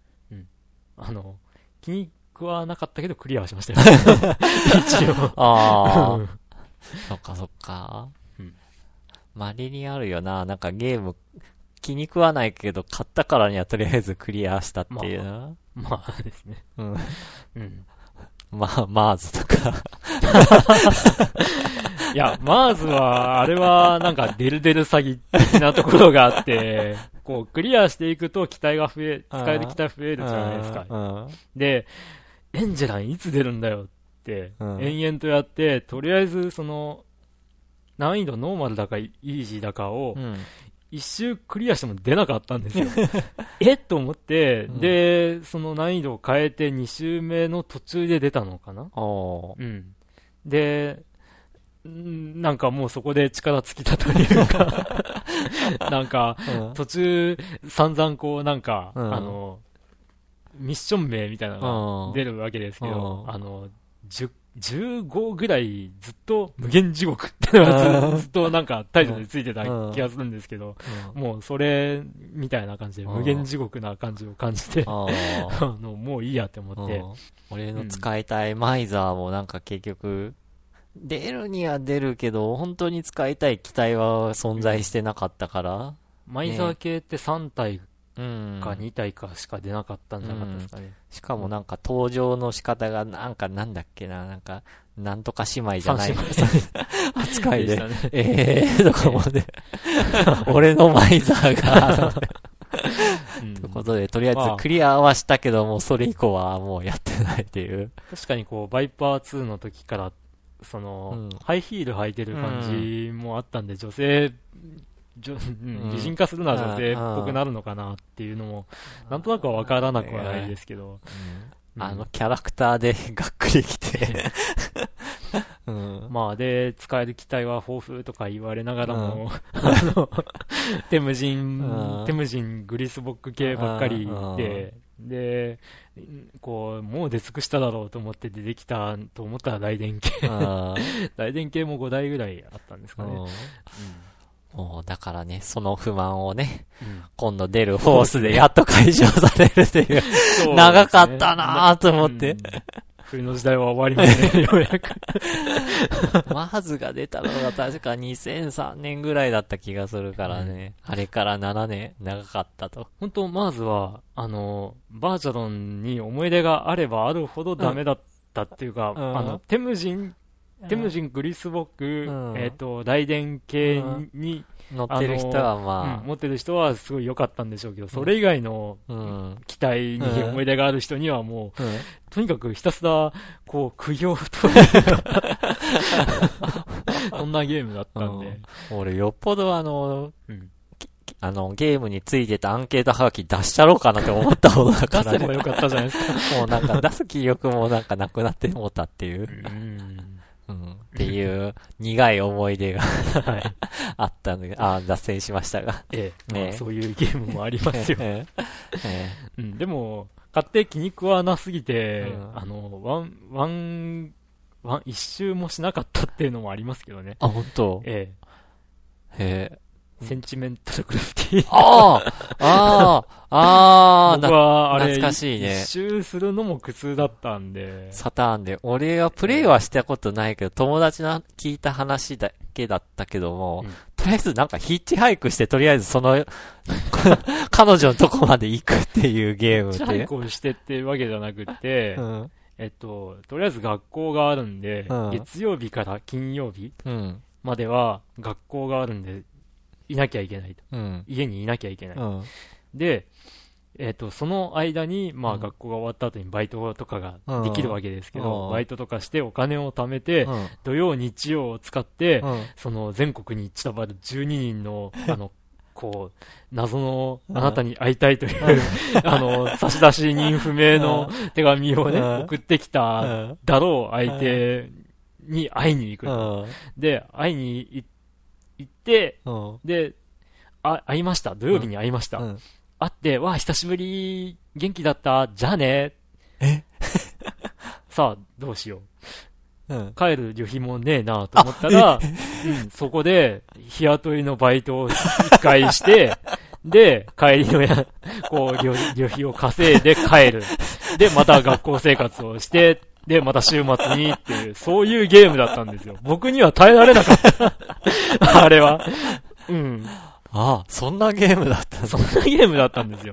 気に食わなかったけどクリアはしましたよ。一応。 そっかそっか。稀にあるよな。なんかゲーム気に食わないけど買ったからにはとりあえずクリアしたっていうな。 まあですね。 マーズとか。 いや、マーズは、あれはなんかデルデル詐欺的なところがあって、こうクリアしていくと機体が使える機体増えるじゃないですか。で、エンジェランいつ出るんだよって、延々とやって、とりあえずその、難易度ノーマルだかイージーだかを、一周クリアしても出なかったんですよ。と思って、で、その難易度を変えて2周目の途中で出たのかな。で、なんかもうそこで力尽きたというか、なんか、途中散々こうなんか、ミッション名みたいなのが出るわけですけど、15ぐらいずっと無限地獄ってのがずっとなんかタイトルでついてた気がするんですけど、もうそれみたいな感じで無限地獄な感じを感じて、もういいやって思って。 俺の使いたいマイザーもなんか結局、出るには出るけど、本当に使いたい機体は存在してなかったから。 マイザー系って3体か2体かしか出なかったんじゃなかったですかね。 しかもなんか登場の仕方がなんかなんだっけな、なんか、なんとか姉妹じゃない。扱いで。とかもね。俺のマイザーが、ということで、とりあえずクリアはしたけども、それ以降はもうやってないっていう。 確かにこう、バイパー2の時から、その、ハイヒール履いてる感じもあったんで、女性、擬人化するのは女性っぽくなるのかなっていうのも、なんとなくは分からなくはないですけど。 キャラクターでがっくりきて。 まあ、で、使える機体は豊富とか言われながらも、テムジン、グリスボック系ばっかりで、こう、もう出尽くしただろうと思って出てきたと思ったら雷電系。雷電系も5台ぐらいあったんですかね。 もうだからね、その不満をね、今度出るフォースでやっと解消されるっていう、長かったなぁと思って。 冬の時代は終わりますね、ようやく。 マーズが出たのが確か2003年ぐらいだった気がするからね。あれから7年、長かったと。 本当マーズは、バーチャロンに思い出があればあるほどダメだったっていうか、テムジン、グリスボック、雷電系に、 乗ってる人はまあ、 持ってる人はすごい良かったんでしょうけど、それ以外の機体に思い出がある人にはもう、とにかくひたすら、こう、苦行というか、そんなゲームだったんで。 俺よっぽどゲームについてたアンケートはがき出しちゃろうかなって思ったほどだからね。 出せばよかったじゃないですか。 もうなんか出す気力もなんかなくなってもうたっていう。っていう苦い思い出があったので、脱線しましたが。 そういうゲームもありますよ。でも、買って気に食わなすぎて、一周もしなかったっていうのもありますけどね。 本当？ センチメンタルグラフィティ。 僕はあれ、懐かしいね。 一周するのも苦痛だったんで。 サターンで。俺はプレイはしたことないけど、友達の聞いた話だけだったけども、とりあえずなんかヒッチハイクして、とりあえずその、彼女のとこまで行くっていうゲームで。 ヒッチハイクをしてっていうわけじゃなくて、 とりあえず学校があるんで、月曜日から金曜日までは学校があるんで、いなきゃいけないと。家にいなきゃいけない。で、その間に、まあ、学校が終わった後にバイトとかができるわけですけど、バイトとかしてお金を貯めて、土曜、日曜を使って、その全国に散らばる12人の、こう、謎のあなたに会いたいという、差出人不明の手紙をね、送ってきただろう相手に会いに行くと。で、会いに行って、で、会いました。土曜日に会いました。会って、わあ、久しぶり、元気だった、じゃあね。さあ、どうしよう。帰る旅費もねえなと思ったら、そこで、日雇いのバイトを一回して、で、帰りのこう、旅費を稼いで帰る。で、また学校生活をして、で、また週末にっていう、そういうゲームだったんですよ。僕には耐えられなかった。あれは。 ああ、そんなゲームだったそんなゲームだったんですよ。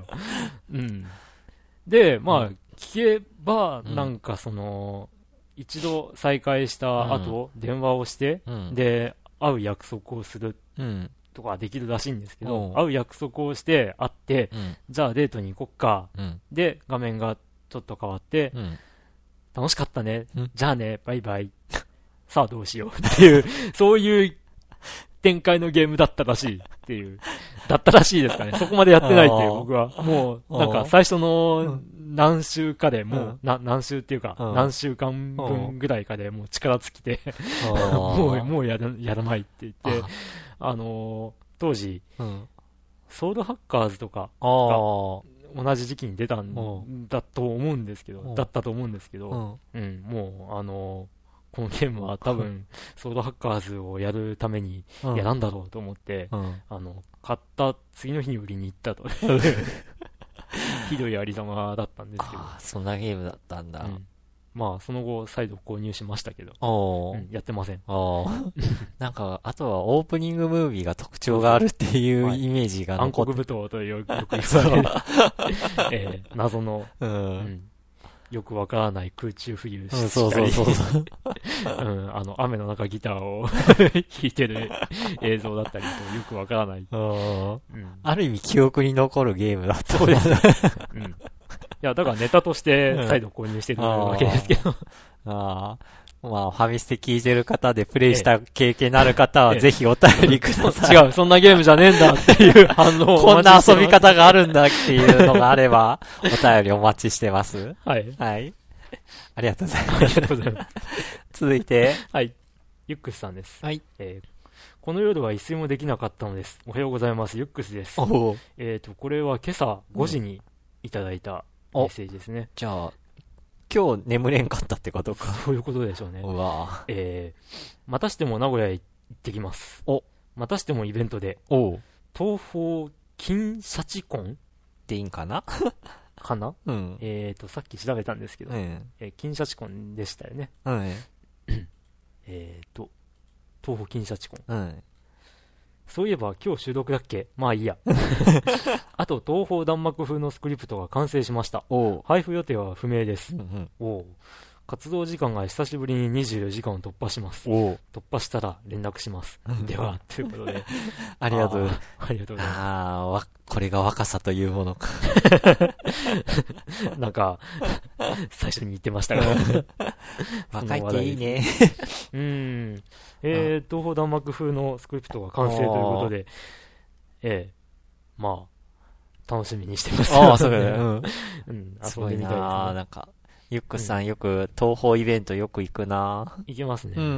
で、まあ、聞けば、なんか一度再会した後、電話をして、で、会う約束をするとかできるらしいんですけど、会う約束をして、会って、じゃあデートに行こっか。で、画面がちょっと変わって、楽しかったね。じゃあね、バイバイ。さあどうしようっていう、そういう展開のゲームだったらしいっていう。だったらしいですかね。そこまでやってないっていう僕は。もう、なんか最初の何週かでもう、何週っていうか、何週間分ぐらいかでもう力尽きて、もうやらないって言って、当時、ソウルハッカーズとかが同じ時期に出たんだと思うんですけど、だったと思うんですけど、もうこのゲームは多分、ソードハッカーズをやるためにやらんだろうと思って、買った次の日に売りに行ったと。ひどいありさまだったんですけど。 そんなゲームだったんだ。 まあ、その後、再度購入しましたけど、やってません。 なんか、あとはオープニングムービーが特徴があるっていうイメージが残って。暗黒舞踏とよく言われる。謎の、よくわからない空中浮遊したり、雨の中ギターを弾いてる映像だったりとよくわからない。 ある意味記憶に残るゲームだったそうです。いや、だからネタとして再度購入してるわけですけど。 まあ、ファミステ聞いてる方でプレイした経験のある方はぜひお便りください。 違う、そんなゲームじゃねえんだっていう反応をこんな遊び方があるんだっていうのがあれば、お便りお待ちしてます。 はい。 はい。ありがとうございます。 ありがとうございます。 続いて、 はい。ユックスさんです。 はい。 この夜は一睡もできなかったのです。おはようございます。ユックスです。 これは今朝5時にいただいたメッセージですね。 じゃあ、今日眠れんかったってことか。 そういうことでしょうね。 うわまたしても名古屋へ行ってきます。またしてもイベントで。東方金シャチコンでいいんかなかなさっき調べたんですけど、金シャチコンでしたよね。東方金シャチコン。そういえば今日収録だっけ？まあいいや。あと東方弾幕風のスクリプトが完成しました。配布予定は不明です。活動時間が久しぶりに24時間を突破します。突破したら連絡します。では、ということで。 ありがとう。 ありがとうございます。 これが若さというものか。 なんか、最初に言ってましたが。 若いっていいね。 東方弾幕風のスクリプトが完成ということで、まあ、楽しみにしてます。 そうだね。 遊んでみたいですね。 なんか、ユックさんよく東宝イベントよく行くな。 行けますね。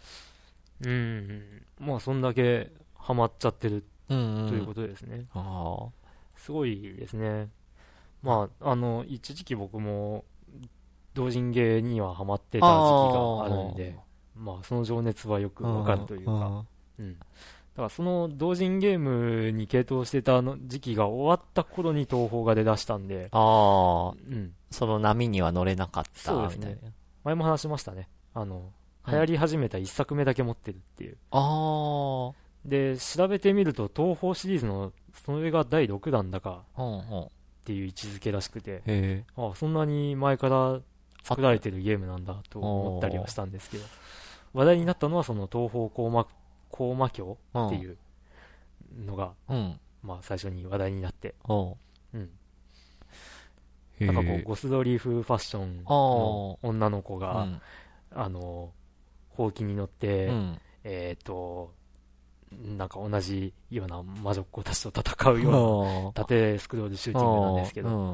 まあそんだけハマっちゃってるということですね。すごいですね。まあ一時期僕も同人芸にはハマってた時期があるんで、まあその情熱はよくわかるというか、だからその同人ゲームに傾倒してた時期が終わった頃に東宝が出だしたんで、 その波には乗れなかった。 そうですね。前も話しましたね。流行り始めた一作目だけ持ってるっていう。で、調べてみると、東宝シリーズの、それが第6弾だか、っていう位置づけらしくて、そんなに前から作られてるゲームなんだと思ったりはしたんですけど、話題になったのはその東方高魔境っていうのが、まあ最初に話題になって、なんかこうゴスドリーフファッションの女の子が、ほうきに乗って、なんか同じような魔女っ子たちと戦うような縦スクロールシューティングなんですけど、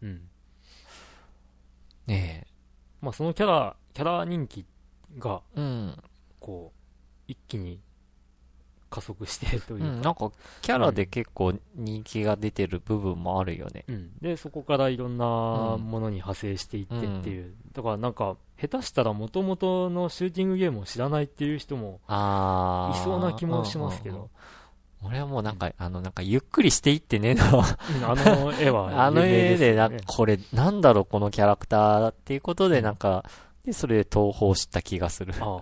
ねえ。 まあそのキャラ人気が、こう、一気に加速してというか、 なんかキャラで結構人気が出てる部分もあるよね。 で、そこからいろんなものに派生していってっていう。だからなんか、下手したら元々のシューティングゲームを知らないっていう人もいそうな気もしますけど。 俺はもうなんか、ゆっくりしていってねのあの絵は、 あの絵で、これ、なんだろう、このキャラクターっていうことで、なんか、で、それで東宝知った気がする。はい。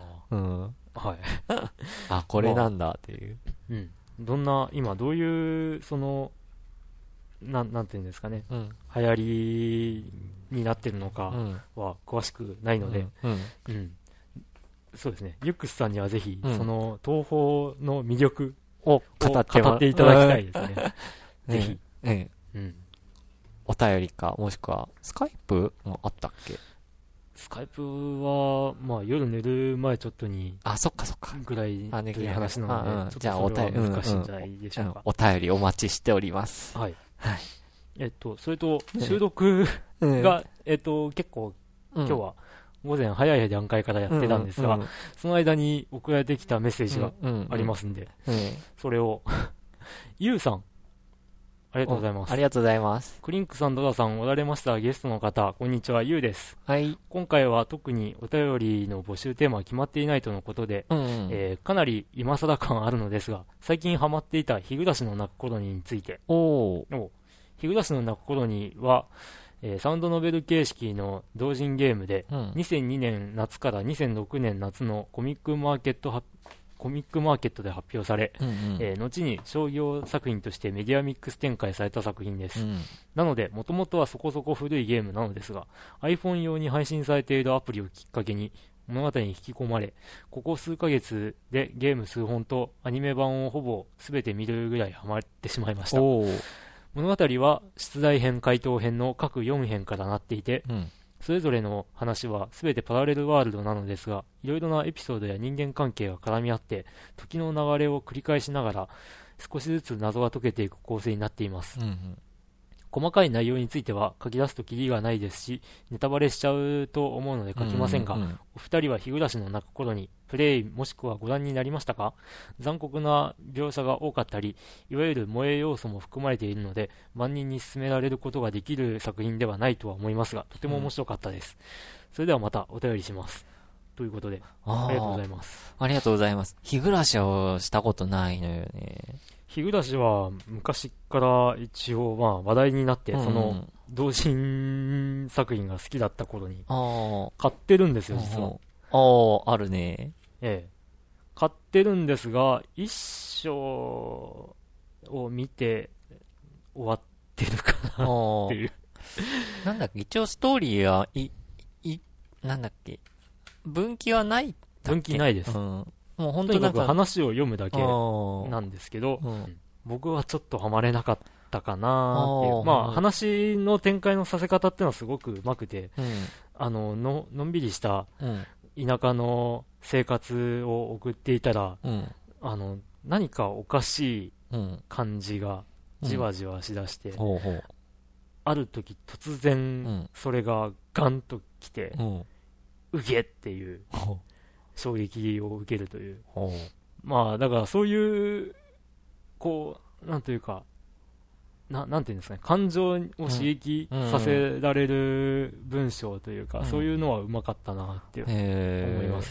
あ、これなんだっていう。 今どういう、その、なんていうんですかね、流行りになってるのかは詳しくないので、そうですね、ユックスさんにはぜひ、その東宝の魅力を語っていただきたいですね。ぜひ。 お便りか、もしくは、スカイプもあったっけ？ スカイプは、まあ夜寝る前ちょっとに、 そっかそっか。 ぐらいという話なので、 じゃあお便り、 難しいんじゃないでしょうか。 お便りお待ちしております。 はい。それと、収録が、結構、今日は午前早い段階からやってたんですが、その間に送られてきたメッセージがありますんで、それを、ゆうさん、ありがとうございます。 ありがとうございます。 クリンクさん、ドラさん、おられましたゲストの方、こんにちは、ゆうです。 はい。 今回は特にお便りの募集テーマは決まっていないとのことで、かなり今更感あるのですが、最近ハマっていた日暮らしの泣く頃について。日暮らしの泣く頃には、サウンドノベル形式の同人ゲームで、2002年夏から2006年夏のコミックマーケットで発表され、後に商業作品としてメディアミックス展開された作品です。なので、もともとはそこそこ古いゲームなのですが、iPhone 用に配信されているアプリをきっかけに物語に引き込まれ、ここ数ヶ月でゲーム数本とアニメ版をほぼ全て見るぐらいハマってしまいました。物語は出題編、回答編の各4編からなっていて、それぞれの話は全てパラレルワールドなのですが、いろいろなエピソードや人間関係が絡み合って、時の流れを繰り返しながら、少しずつ謎が解けていく構成になっています。細かい内容については書き出すとキリがないですし、ネタバレしちゃうと思うので書きませんが、お二人は日暮らしの泣く頃にプレイもしくはご覧になりましたか？残酷な描写が多かったり、いわゆる萌え要素も含まれているので、万人に勧められることができる作品ではないとは思いますが、とても面白かったです。それではまたお便りします。ということで、ありがとうございます。 ありがとうございます。日暮らしをしたことないのよね。 日暮らしは昔から一応話題になって、その同人作品が好きだった頃に買ってるんですよ、実は。 あるね。 買ってるんですが、一章を見て終わってるかなっていう。 なんだっけ、一応ストーリーは、なんだっけ、分岐はない。 分岐ないです。もう本当になんか話を読むだけなんですけど、僕はちょっとハマれなかったかなっていう。まあ話の展開のさせ方っていうのはすごくうまくて、のんびりした田舎の生活を送っていたら、何かおかしい感じがじわじわしだして、ある時突然それがガンと来て、うげっていう衝撃を受けるという。まあだからそういうこうなんというかなんていうんですかね、感情を刺激させられる文章というか、そういうのはうまかったなって思います。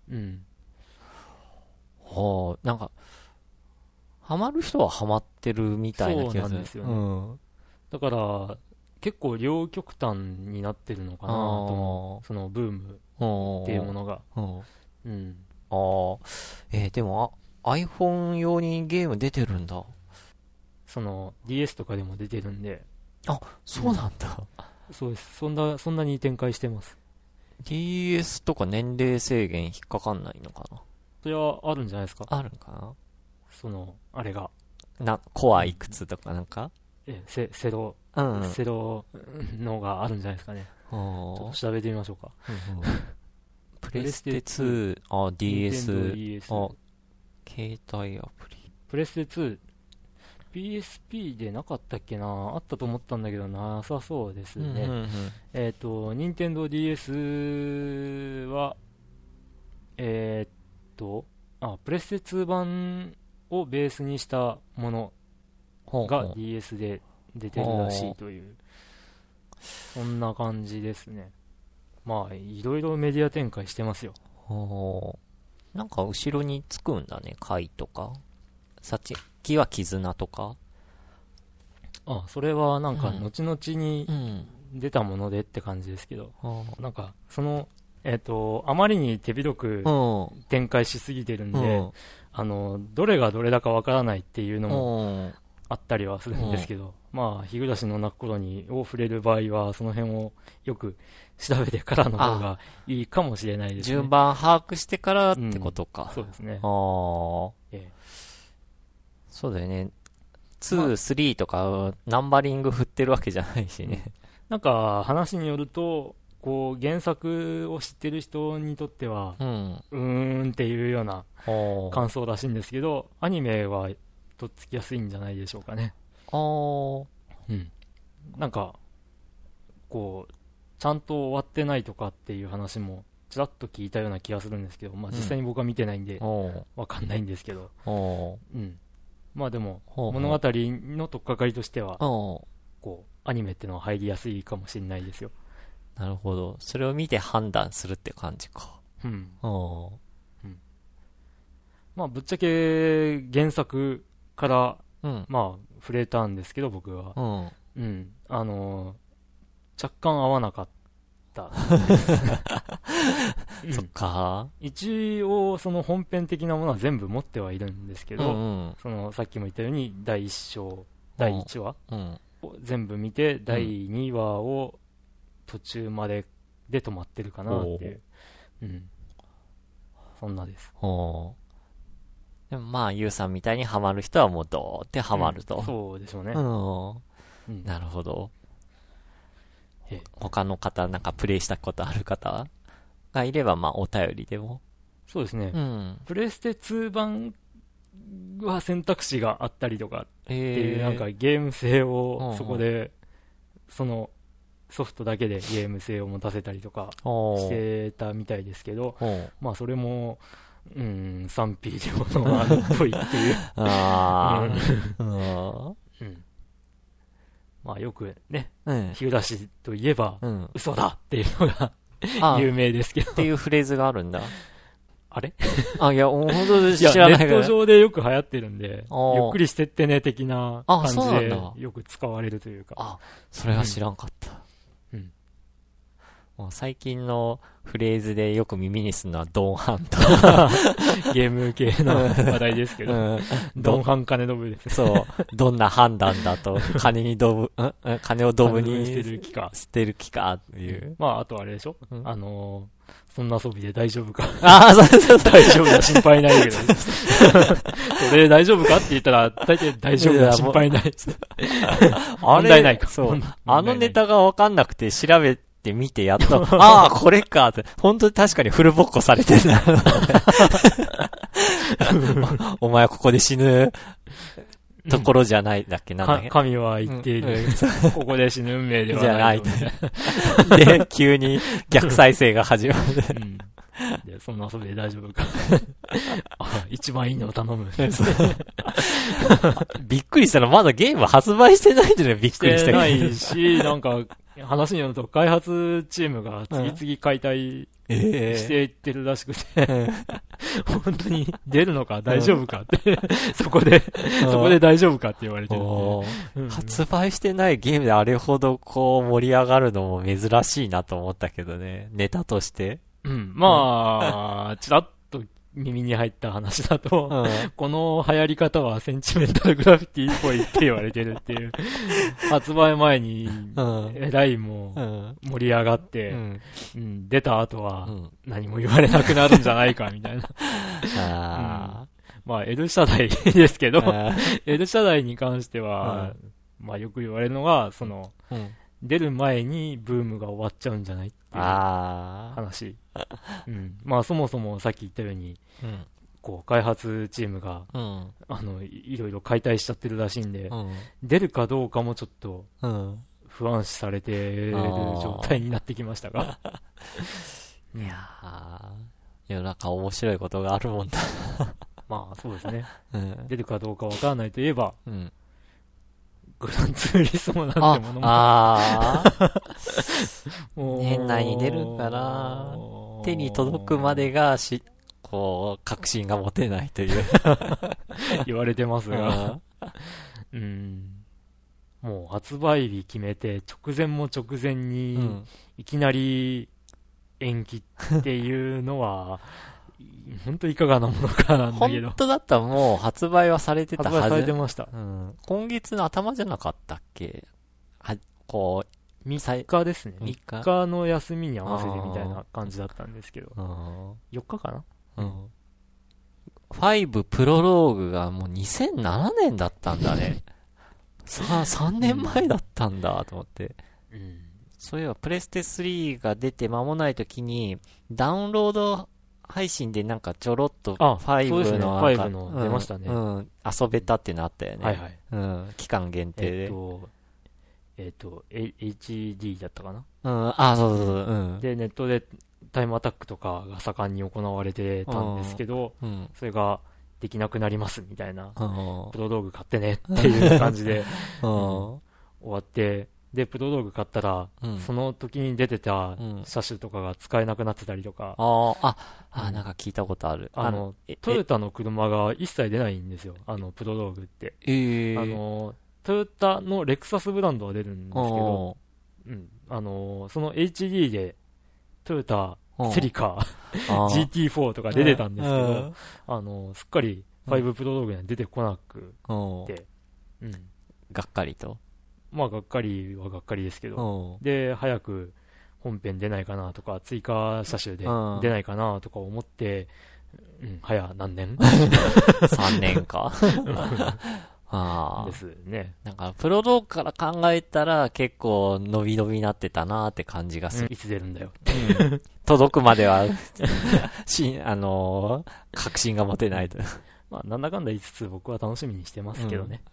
なんかハマる人はハマってるみたいな気がする。 そうなんですよね。だから結構両極端になってるのかなと思う、そのブームっていうものが。 でもiPhone 用にゲーム出てるんだ。 その DS とかでも出てるんで。 そうなんだ。 そうです。そんなに展開してます。 DS とか年齢制限引っかかんないのかな。 それはあるんじゃないですか。 あるんかあれが。 コアいくつとかなんかセロのがあるんじゃないですかね。ちょっと調べてみましょうか。 プレステ2、DS、携帯アプリ。 プレステ2、PSP でなかったっけな、あったと思ったんだけどなさそうですね。任天堂 DS は、プレステ2版をベースにしたものが DS で出てるらしいという、そんな感じですね。まあ、いろいろメディア展開してますよ。 なんか後ろにつくんだね、貝とか。先は絆とか。 それはなんか後々に出たものでって感じですけど、なんかあまりに手広く展開しすぎてるんで、どれがどれだかわからないっていうのもあったりはするんですけど、まあ、日暮らしの泣く頃にを触れる場合は、その辺をよく調べてからの方がいいかもしれないですね。 順番把握してからってことか。 そうですね。 そうだよね。2、3とかナンバリング振ってるわけじゃないしね。 なんか話によると、原作を知ってる人にとっては、っていうような感想らしいんですけど、アニメはとっつきやすいんじゃないでしょうかね。なんか、ちゃんと終わってないとかっていう話もちらっと聞いたような気がするんですけど、まあ実際に僕は見てないんで、わかんないんですけど、まあでも、物語の取っかかりとしては、アニメってのは入りやすいかもしれないですよ。 なるほど。それを見て判断するって感じか。 まあぶっちゃけ原作から、まあ触れたんですけど、僕は。若干合わなかったです。 そっか。 一応、その本編的なものは全部持ってはいるんですけど、さっきも言ったように、第1章、第1話を全部見て、第2話を途中までで止まってるかなっていう。そんなです。 でもまあ、ゆうさんみたいにハマる人はもうドーってハマると。 そうでしょうね。 なるほど。他の方、なんかプレイしたことある方がいれば、まあ、お便りでも。 そうですね。プレステ2版は選択肢があったりとかっていう、なんかゲーム性をそこで、そのソフトだけでゲーム性を持たせたりとかしてたみたいですけど、まあそれも、賛否両論あるっぽいっていう。まあよくね、日暮といえば、嘘だっていうのが有名ですけど。 っていうフレーズがあるんだ。 あれいや、本当に知らないけど。 ネット上でよく流行ってるんで、ゆっくりしてってね的な感じでよく使われるというか。 それは知らんかった。最近のフレーズでよく耳にするのはドンハンとゲーム系の話題ですけど、ドンハン金ドブです。 そう。どんな判断だと、金をドブに捨てる気かっていう。 まあ、あとあれでしょ、そんな遊びで大丈夫か。 そう大丈夫だ、心配ないけど。それ大丈夫かって言ったら、大体大丈夫だ、心配ない。問題ないか。 そう。あのネタがわかんなくて調べてみてやっと、これかって、本当に確かにフルボッコされてるな。お前はここで死ぬところじゃないだっけ、なんだっけ。 神は言っている。ここで死ぬ運命ではない。 で、急に逆再生が始まる。 で、そんな遊びで大丈夫か。一番いいのを頼む。 びっくりしたらまだゲーム発売してないっていうのがびっくりしたけど。 ないし、なんか、話によると開発チームが次々解体していってるらしくて、本当に出るのか大丈夫かって、そこで大丈夫かって言われてる。 発売してないゲームであれほどこう盛り上がるのも珍しいなと思ったけどね、ネタとして。 まあ、ちらっと耳に入った話だと、この流行り方はセンチメンタルグラフィティっぽいって言われてるっていう、発売前に、えらいもう盛り上がって、出た後は何も言われなくなるんじゃないかみたいな。まあ L 社代ですけど、L 社代に関しては、まあよく言われるのが、出る前にブームが終わっちゃうんじゃないっていう話。まあそもそもさっき言ったように、こう開発チームが、いろいろ解体しちゃってるらしいんで、出るかどうかもちょっと不安視されている状態になってきましたが。 いやー、世の中面白いことがあるもんだ。 まあそうですね。出るかどうかわからないといえば、グランツーリスモなんてものも。 年内に出るから手に届くまでがこう、確信が持てないという。 言われてますが。もう発売日決めて、直前も直前に、いきなり延期っていうのは、本当いかがなものかなんだけど。 本当だったらもう発売はされてたはず。 発売されてました。 今月の頭じゃなかったっけ？こう、 3日ですね。 3 日の休みに合わせてみたいな感じだったんですけど。4日かな 5プロローグがもう2007年だったんだね。3年前だったんだと思って。そういえばプレステ3が出て間もない時に、ダウンロード配信でなんかちょろっと5の、 5の出ましたね。 遊べたっていうのあったよね。 はいはい。 期間限定で。 HD だったかな。 そう。 で、ネットでタイムアタックとかが盛んに行われてたんですけど、それができなくなりますみたいな、プロ道具買ってねっていう感じで、終わって、で、プロ道具買ったら、その時に出てた車種とかが使えなくなってたりとか。 なんか聞いたことある。 トヨタの車が一切出ないんですよ、プロ道具って。トヨタのレクサスブランドは出るんですけど、その HD でトヨタセリカ GT4 とか出てたんですけど、すっかり5プロ道具には出てこなくて、 がっかりと。 まあ、がっかりはがっかりですけど、で、早く本編出ないかなとか、追加車種で出ないかなとか思って、早何年 ?3 年か。 ですね。 なんか、プロ道具から考えたら結構伸び伸びになってたなーって感じがする。 いつ出るんだよ。 届くまでは、確信が持てないと。 まあ、なんだかんだ言いつつ僕は楽しみにしてますけどね。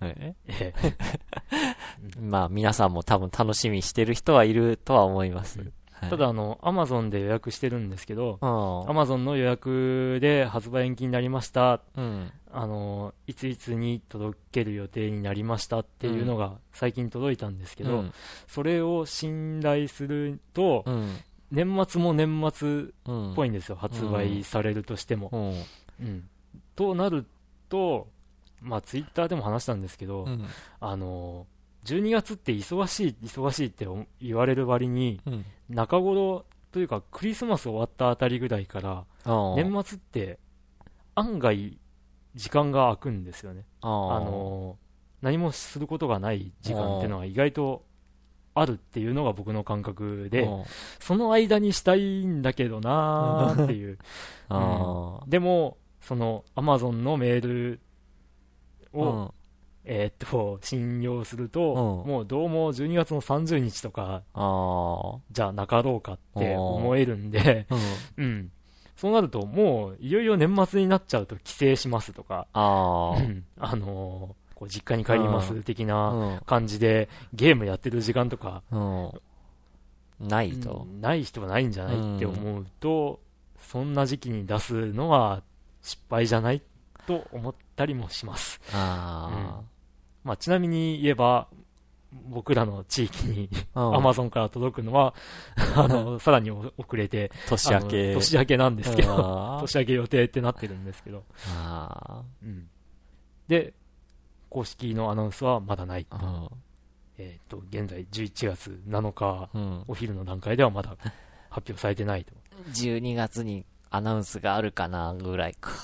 まあ、皆さんも多分楽しみにしてる人はいるとは思います。 ただ、Amazon で予約してるんですけど、Amazon の予約で発売延期になりました。いついつに届ける予定になりましたっていうのが最近届いたんですけど、それを信頼すると、年末も年末っぽいんですよ、発売されるとしても。となると、まあ、ツイッターでも話したんですけど、12月って忙しいって言われる割に、中頃というかクリスマス終わったあたりぐらいから、年末って案外時間が空くんですよね。何もすることがない時間っていうのは意外とあるっていうのが僕の感覚で、その間にしたいんだけどなーっていう。でも、その Amazon のメールを、信用すると、もうどうも12月の30日とか、じゃなかろうかって思えるんで、そうなるともういよいよ年末になっちゃうと帰省しますとか、こう実家に帰ります的な感じで、ゲームやってる時間とか、 ないと。 ない人はないんじゃないって思うと、そんな時期に出すのは失敗じゃないと思ったりもします。まあ、ちなみに言えば、僕らの地域にAmazon から届くのは、さらに遅れて、年明けなんですけど、年明け予定ってなってるんですけど。で、公式のアナウンスはまだない。現在11月7日、お昼の段階ではまだ発表されてないと。 12月にアナウンスがあるかな、ぐらいか。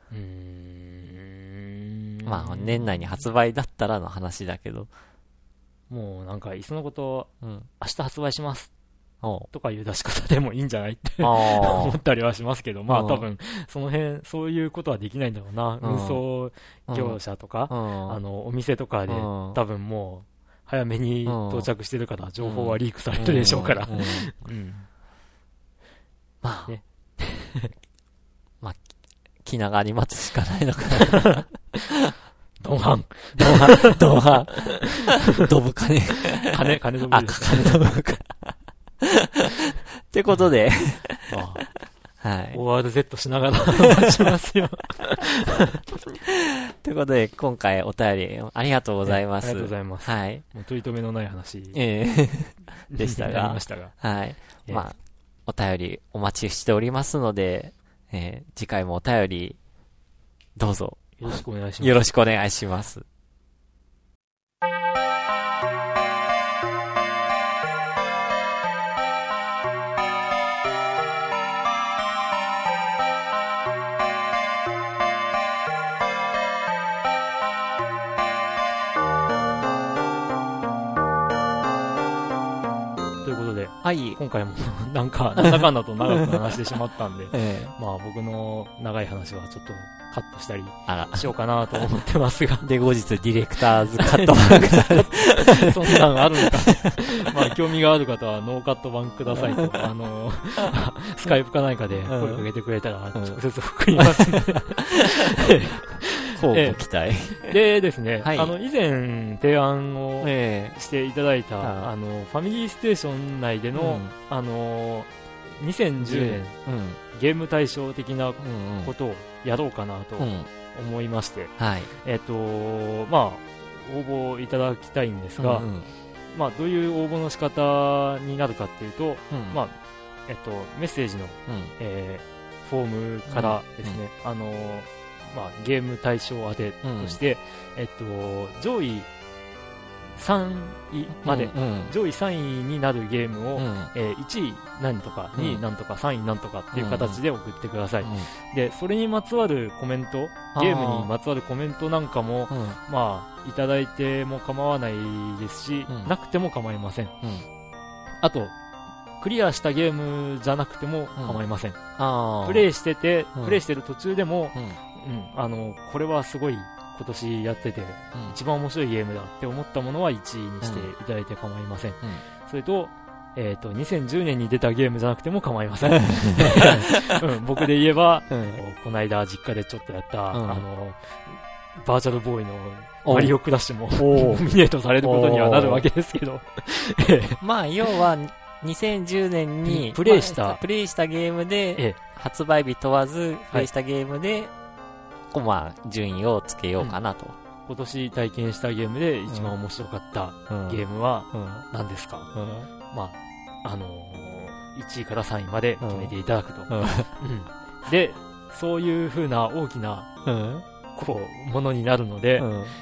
まあ、年内に発売だったらの話だけど。 もうなんか、いっそのこと、 うん、 明日発売します。とかいう出し方でもいいんじゃないって思ったりはしますけど、まあ多分、その辺、そういうことはできないんだろうな。運送業者とか、お店とかで、多分もう、早めに到着してるから、情報はリークされるでしょうから。 まあ、ね、まあ、気長に待つしかないのかな。 ドンハン。 ドブ金。 金ドブ。 金ドブか。ってことで、はい。 ORZ しながら待ちますよ。 ということで、今回お便りありがとうございます。 ありがとうございます。 はい。 もう取り留めのない話。 でしたが。はい。まあ、お便りお待ちしておりますので、次回もお便り、どうぞ。 よろしくお願いします。 よろしくお願いします。 はい、今回もなんだかんだと長く話してしまったんで、まあ僕の長い話はちょっとカットしたりしようかなと思ってますが。 で、後日ディレクターズカットバンクそんなのあるのか。まあ興味がある方はノーカット版くださいと、スカイプか何かで声かけてくれたら直接送りますので。 ご期待。 でですね、以前提案をしていただいた、ファミリーステーション内での、2010年、ゲーム対象的なことをやろうかなと思いまして、まあ、応募いただきたいんですが、まあ、どういう応募の仕方になるかっていうと、まあ、メッセージの、フォームからですね、まあ、ゲーム対象当てとして、上位3位まで、上位3位になるゲームを、1位何とか、2位何とか、3位何とかっていう形で送ってください。で、それにまつわるコメント、ゲームにまつわるコメントなんかも、まあ、いただいても構わないですし、なくても構いません。あと、クリアしたゲームじゃなくても構いません。プレイしてる途中でも、これはすごい今年やってて、一番面白いゲームだって思ったものは1位にしていただいて構いません。それと、2010年に出たゲームじゃなくても構いません。僕で言えば、この間実家でちょっとやった、バーチャルボーイのマリオクラッシュもノミネートされることにはなるわけですけど。 まあ、要は、2010年にプレイしたゲームで、発売日問わず、プレイしたゲームで、まあ、順位をつけようかなと。 今年体験したゲームで一番面白かったゲームは何ですか？まあ、1位から3位まで決めていただくと。で、そういう風な大きな、ものになるので、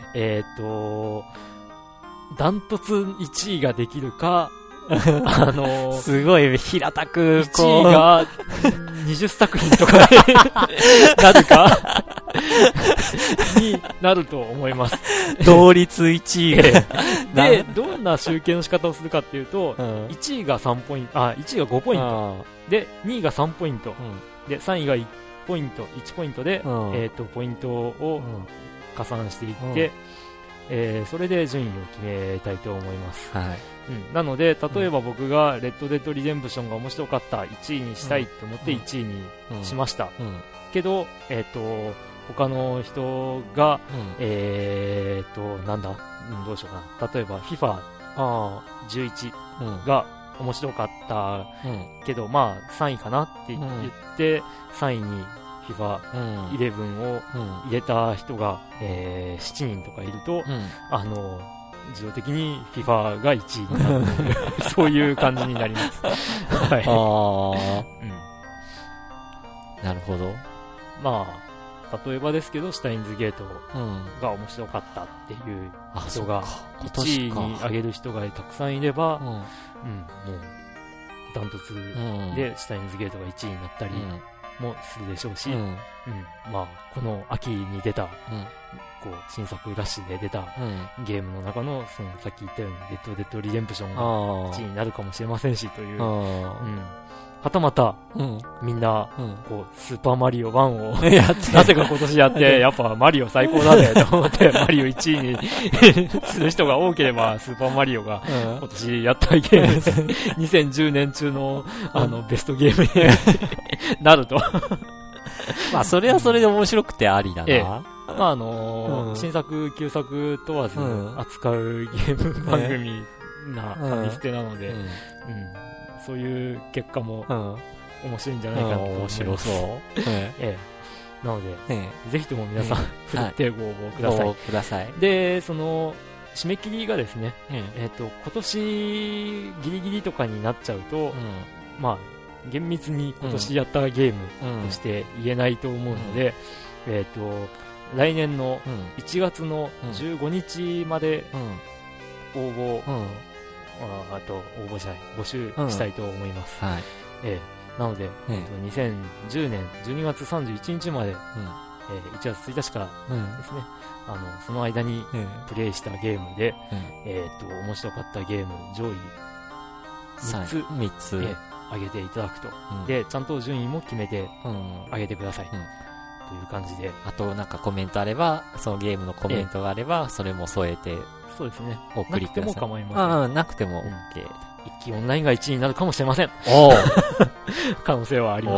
ダントツ1位ができるか、 すごい平たく、 1位が20作品とかなるかになると思います。 同率1位で、どんな集計の仕方をするかっていうと、1位が3ポイント、1位が5ポイント。で、2位が3ポイント。で、3位が1ポイント、1ポイントで、ポイントを加算していって、それで順位を決めたいと思います。なので、例えば僕がレッドデッドリデンプションが面白かった1位にしたいと思って1位にしました。けど、他の人が、なんだ、どうしようかな。例えば FIFA11 が面白かったけど、まあ3位かなって言って、3位にFIFA11 を入れた人が、7人とかいると、自動的に FIFA が1位になるそういう感じになります。 なるほど。 まあ、例えばですけど、シュタインズゲートが面白かったっていう人が、1位に上げる人がたくさんいれば、もう、ダントツでシュタインズゲートが1位になったり、 もするでしょうし、 うん。 まあ、この秋に出た、 うん。 こう、新作ラッシュで出たうん。 ゲームの中の、その、さっき言ったように、レッドデッドリデンプションがあ 1位になるかもしれませんし、という、 あ。 はたまた、 うん。 みんな、 うん。 こう、スーパーマリオ1を、 やってなぜか今年やって、やっぱマリオ最高だね、と思って、マリオ1位にする人が多ければ、スーパーマリオが、今年やったゲームです。2010年中の、ベストゲームになると。 まあ、それはそれで面白くてありだな。 ええまあ新作、旧作問わず扱うゲーム番組なファミステなので、そういう結果も面白いんじゃないかなと思います。 面白そう。 なので、ぜひとも皆さん、ふるってご応募ください。 ください。 で、その、締め切りがですね、今年ギリギリとかになっちゃうと、まあ、厳密に今年やったゲームとして言えないと思うので、来年の1月の15日まで募集したいと思います。なので、2010年12月31日まで、1月1日からですね、その間にプレイしたゲームで、面白かったゲーム上位3つ上げていただくと。で、ちゃんと順位も決めて上げてください。という感じで。 あと、なんかコメントあれば、そのゲームのコメントがあれば、それも添えて、 そうですね。 お送りください。 なくても構いません。 なくても OK。 一期オンラインが1位になるかもしれません。可能性はあります。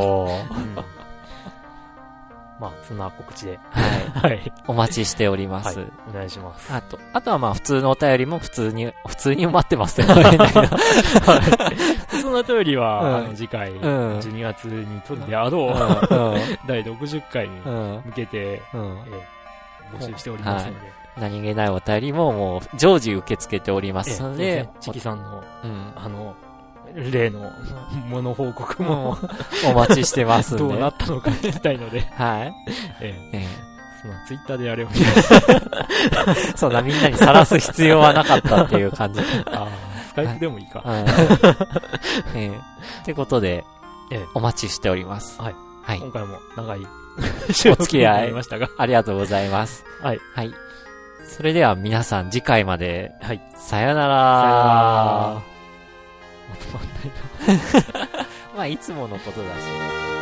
まあ、そんな告知で。 はい。お待ちしております。 お願いします。 あとはまあ、普通のお便りも普通に待ってますね。普通のお便りは、次回、12月に撮るであろう、第60回に向けて、募集しておりますので。 何気ないお便りももう常時受け付けておりますので、 チキさんの、例のもの報告もお待ちしてますんで。 どうなったのか聞きたいので。 はい。 そのツイッターでやればいい。 そんなみんなにさらす必要はなかったっていう感じ。 スカイプでもいいか。 ってことで、お待ちしております。 はい。今回も長いお付き合いましたが、 ありがとうございます。 はい。 はい。それでは皆さん次回まで。 はい。 さよなら。 まとまんないな。 まあ、いつものことだし。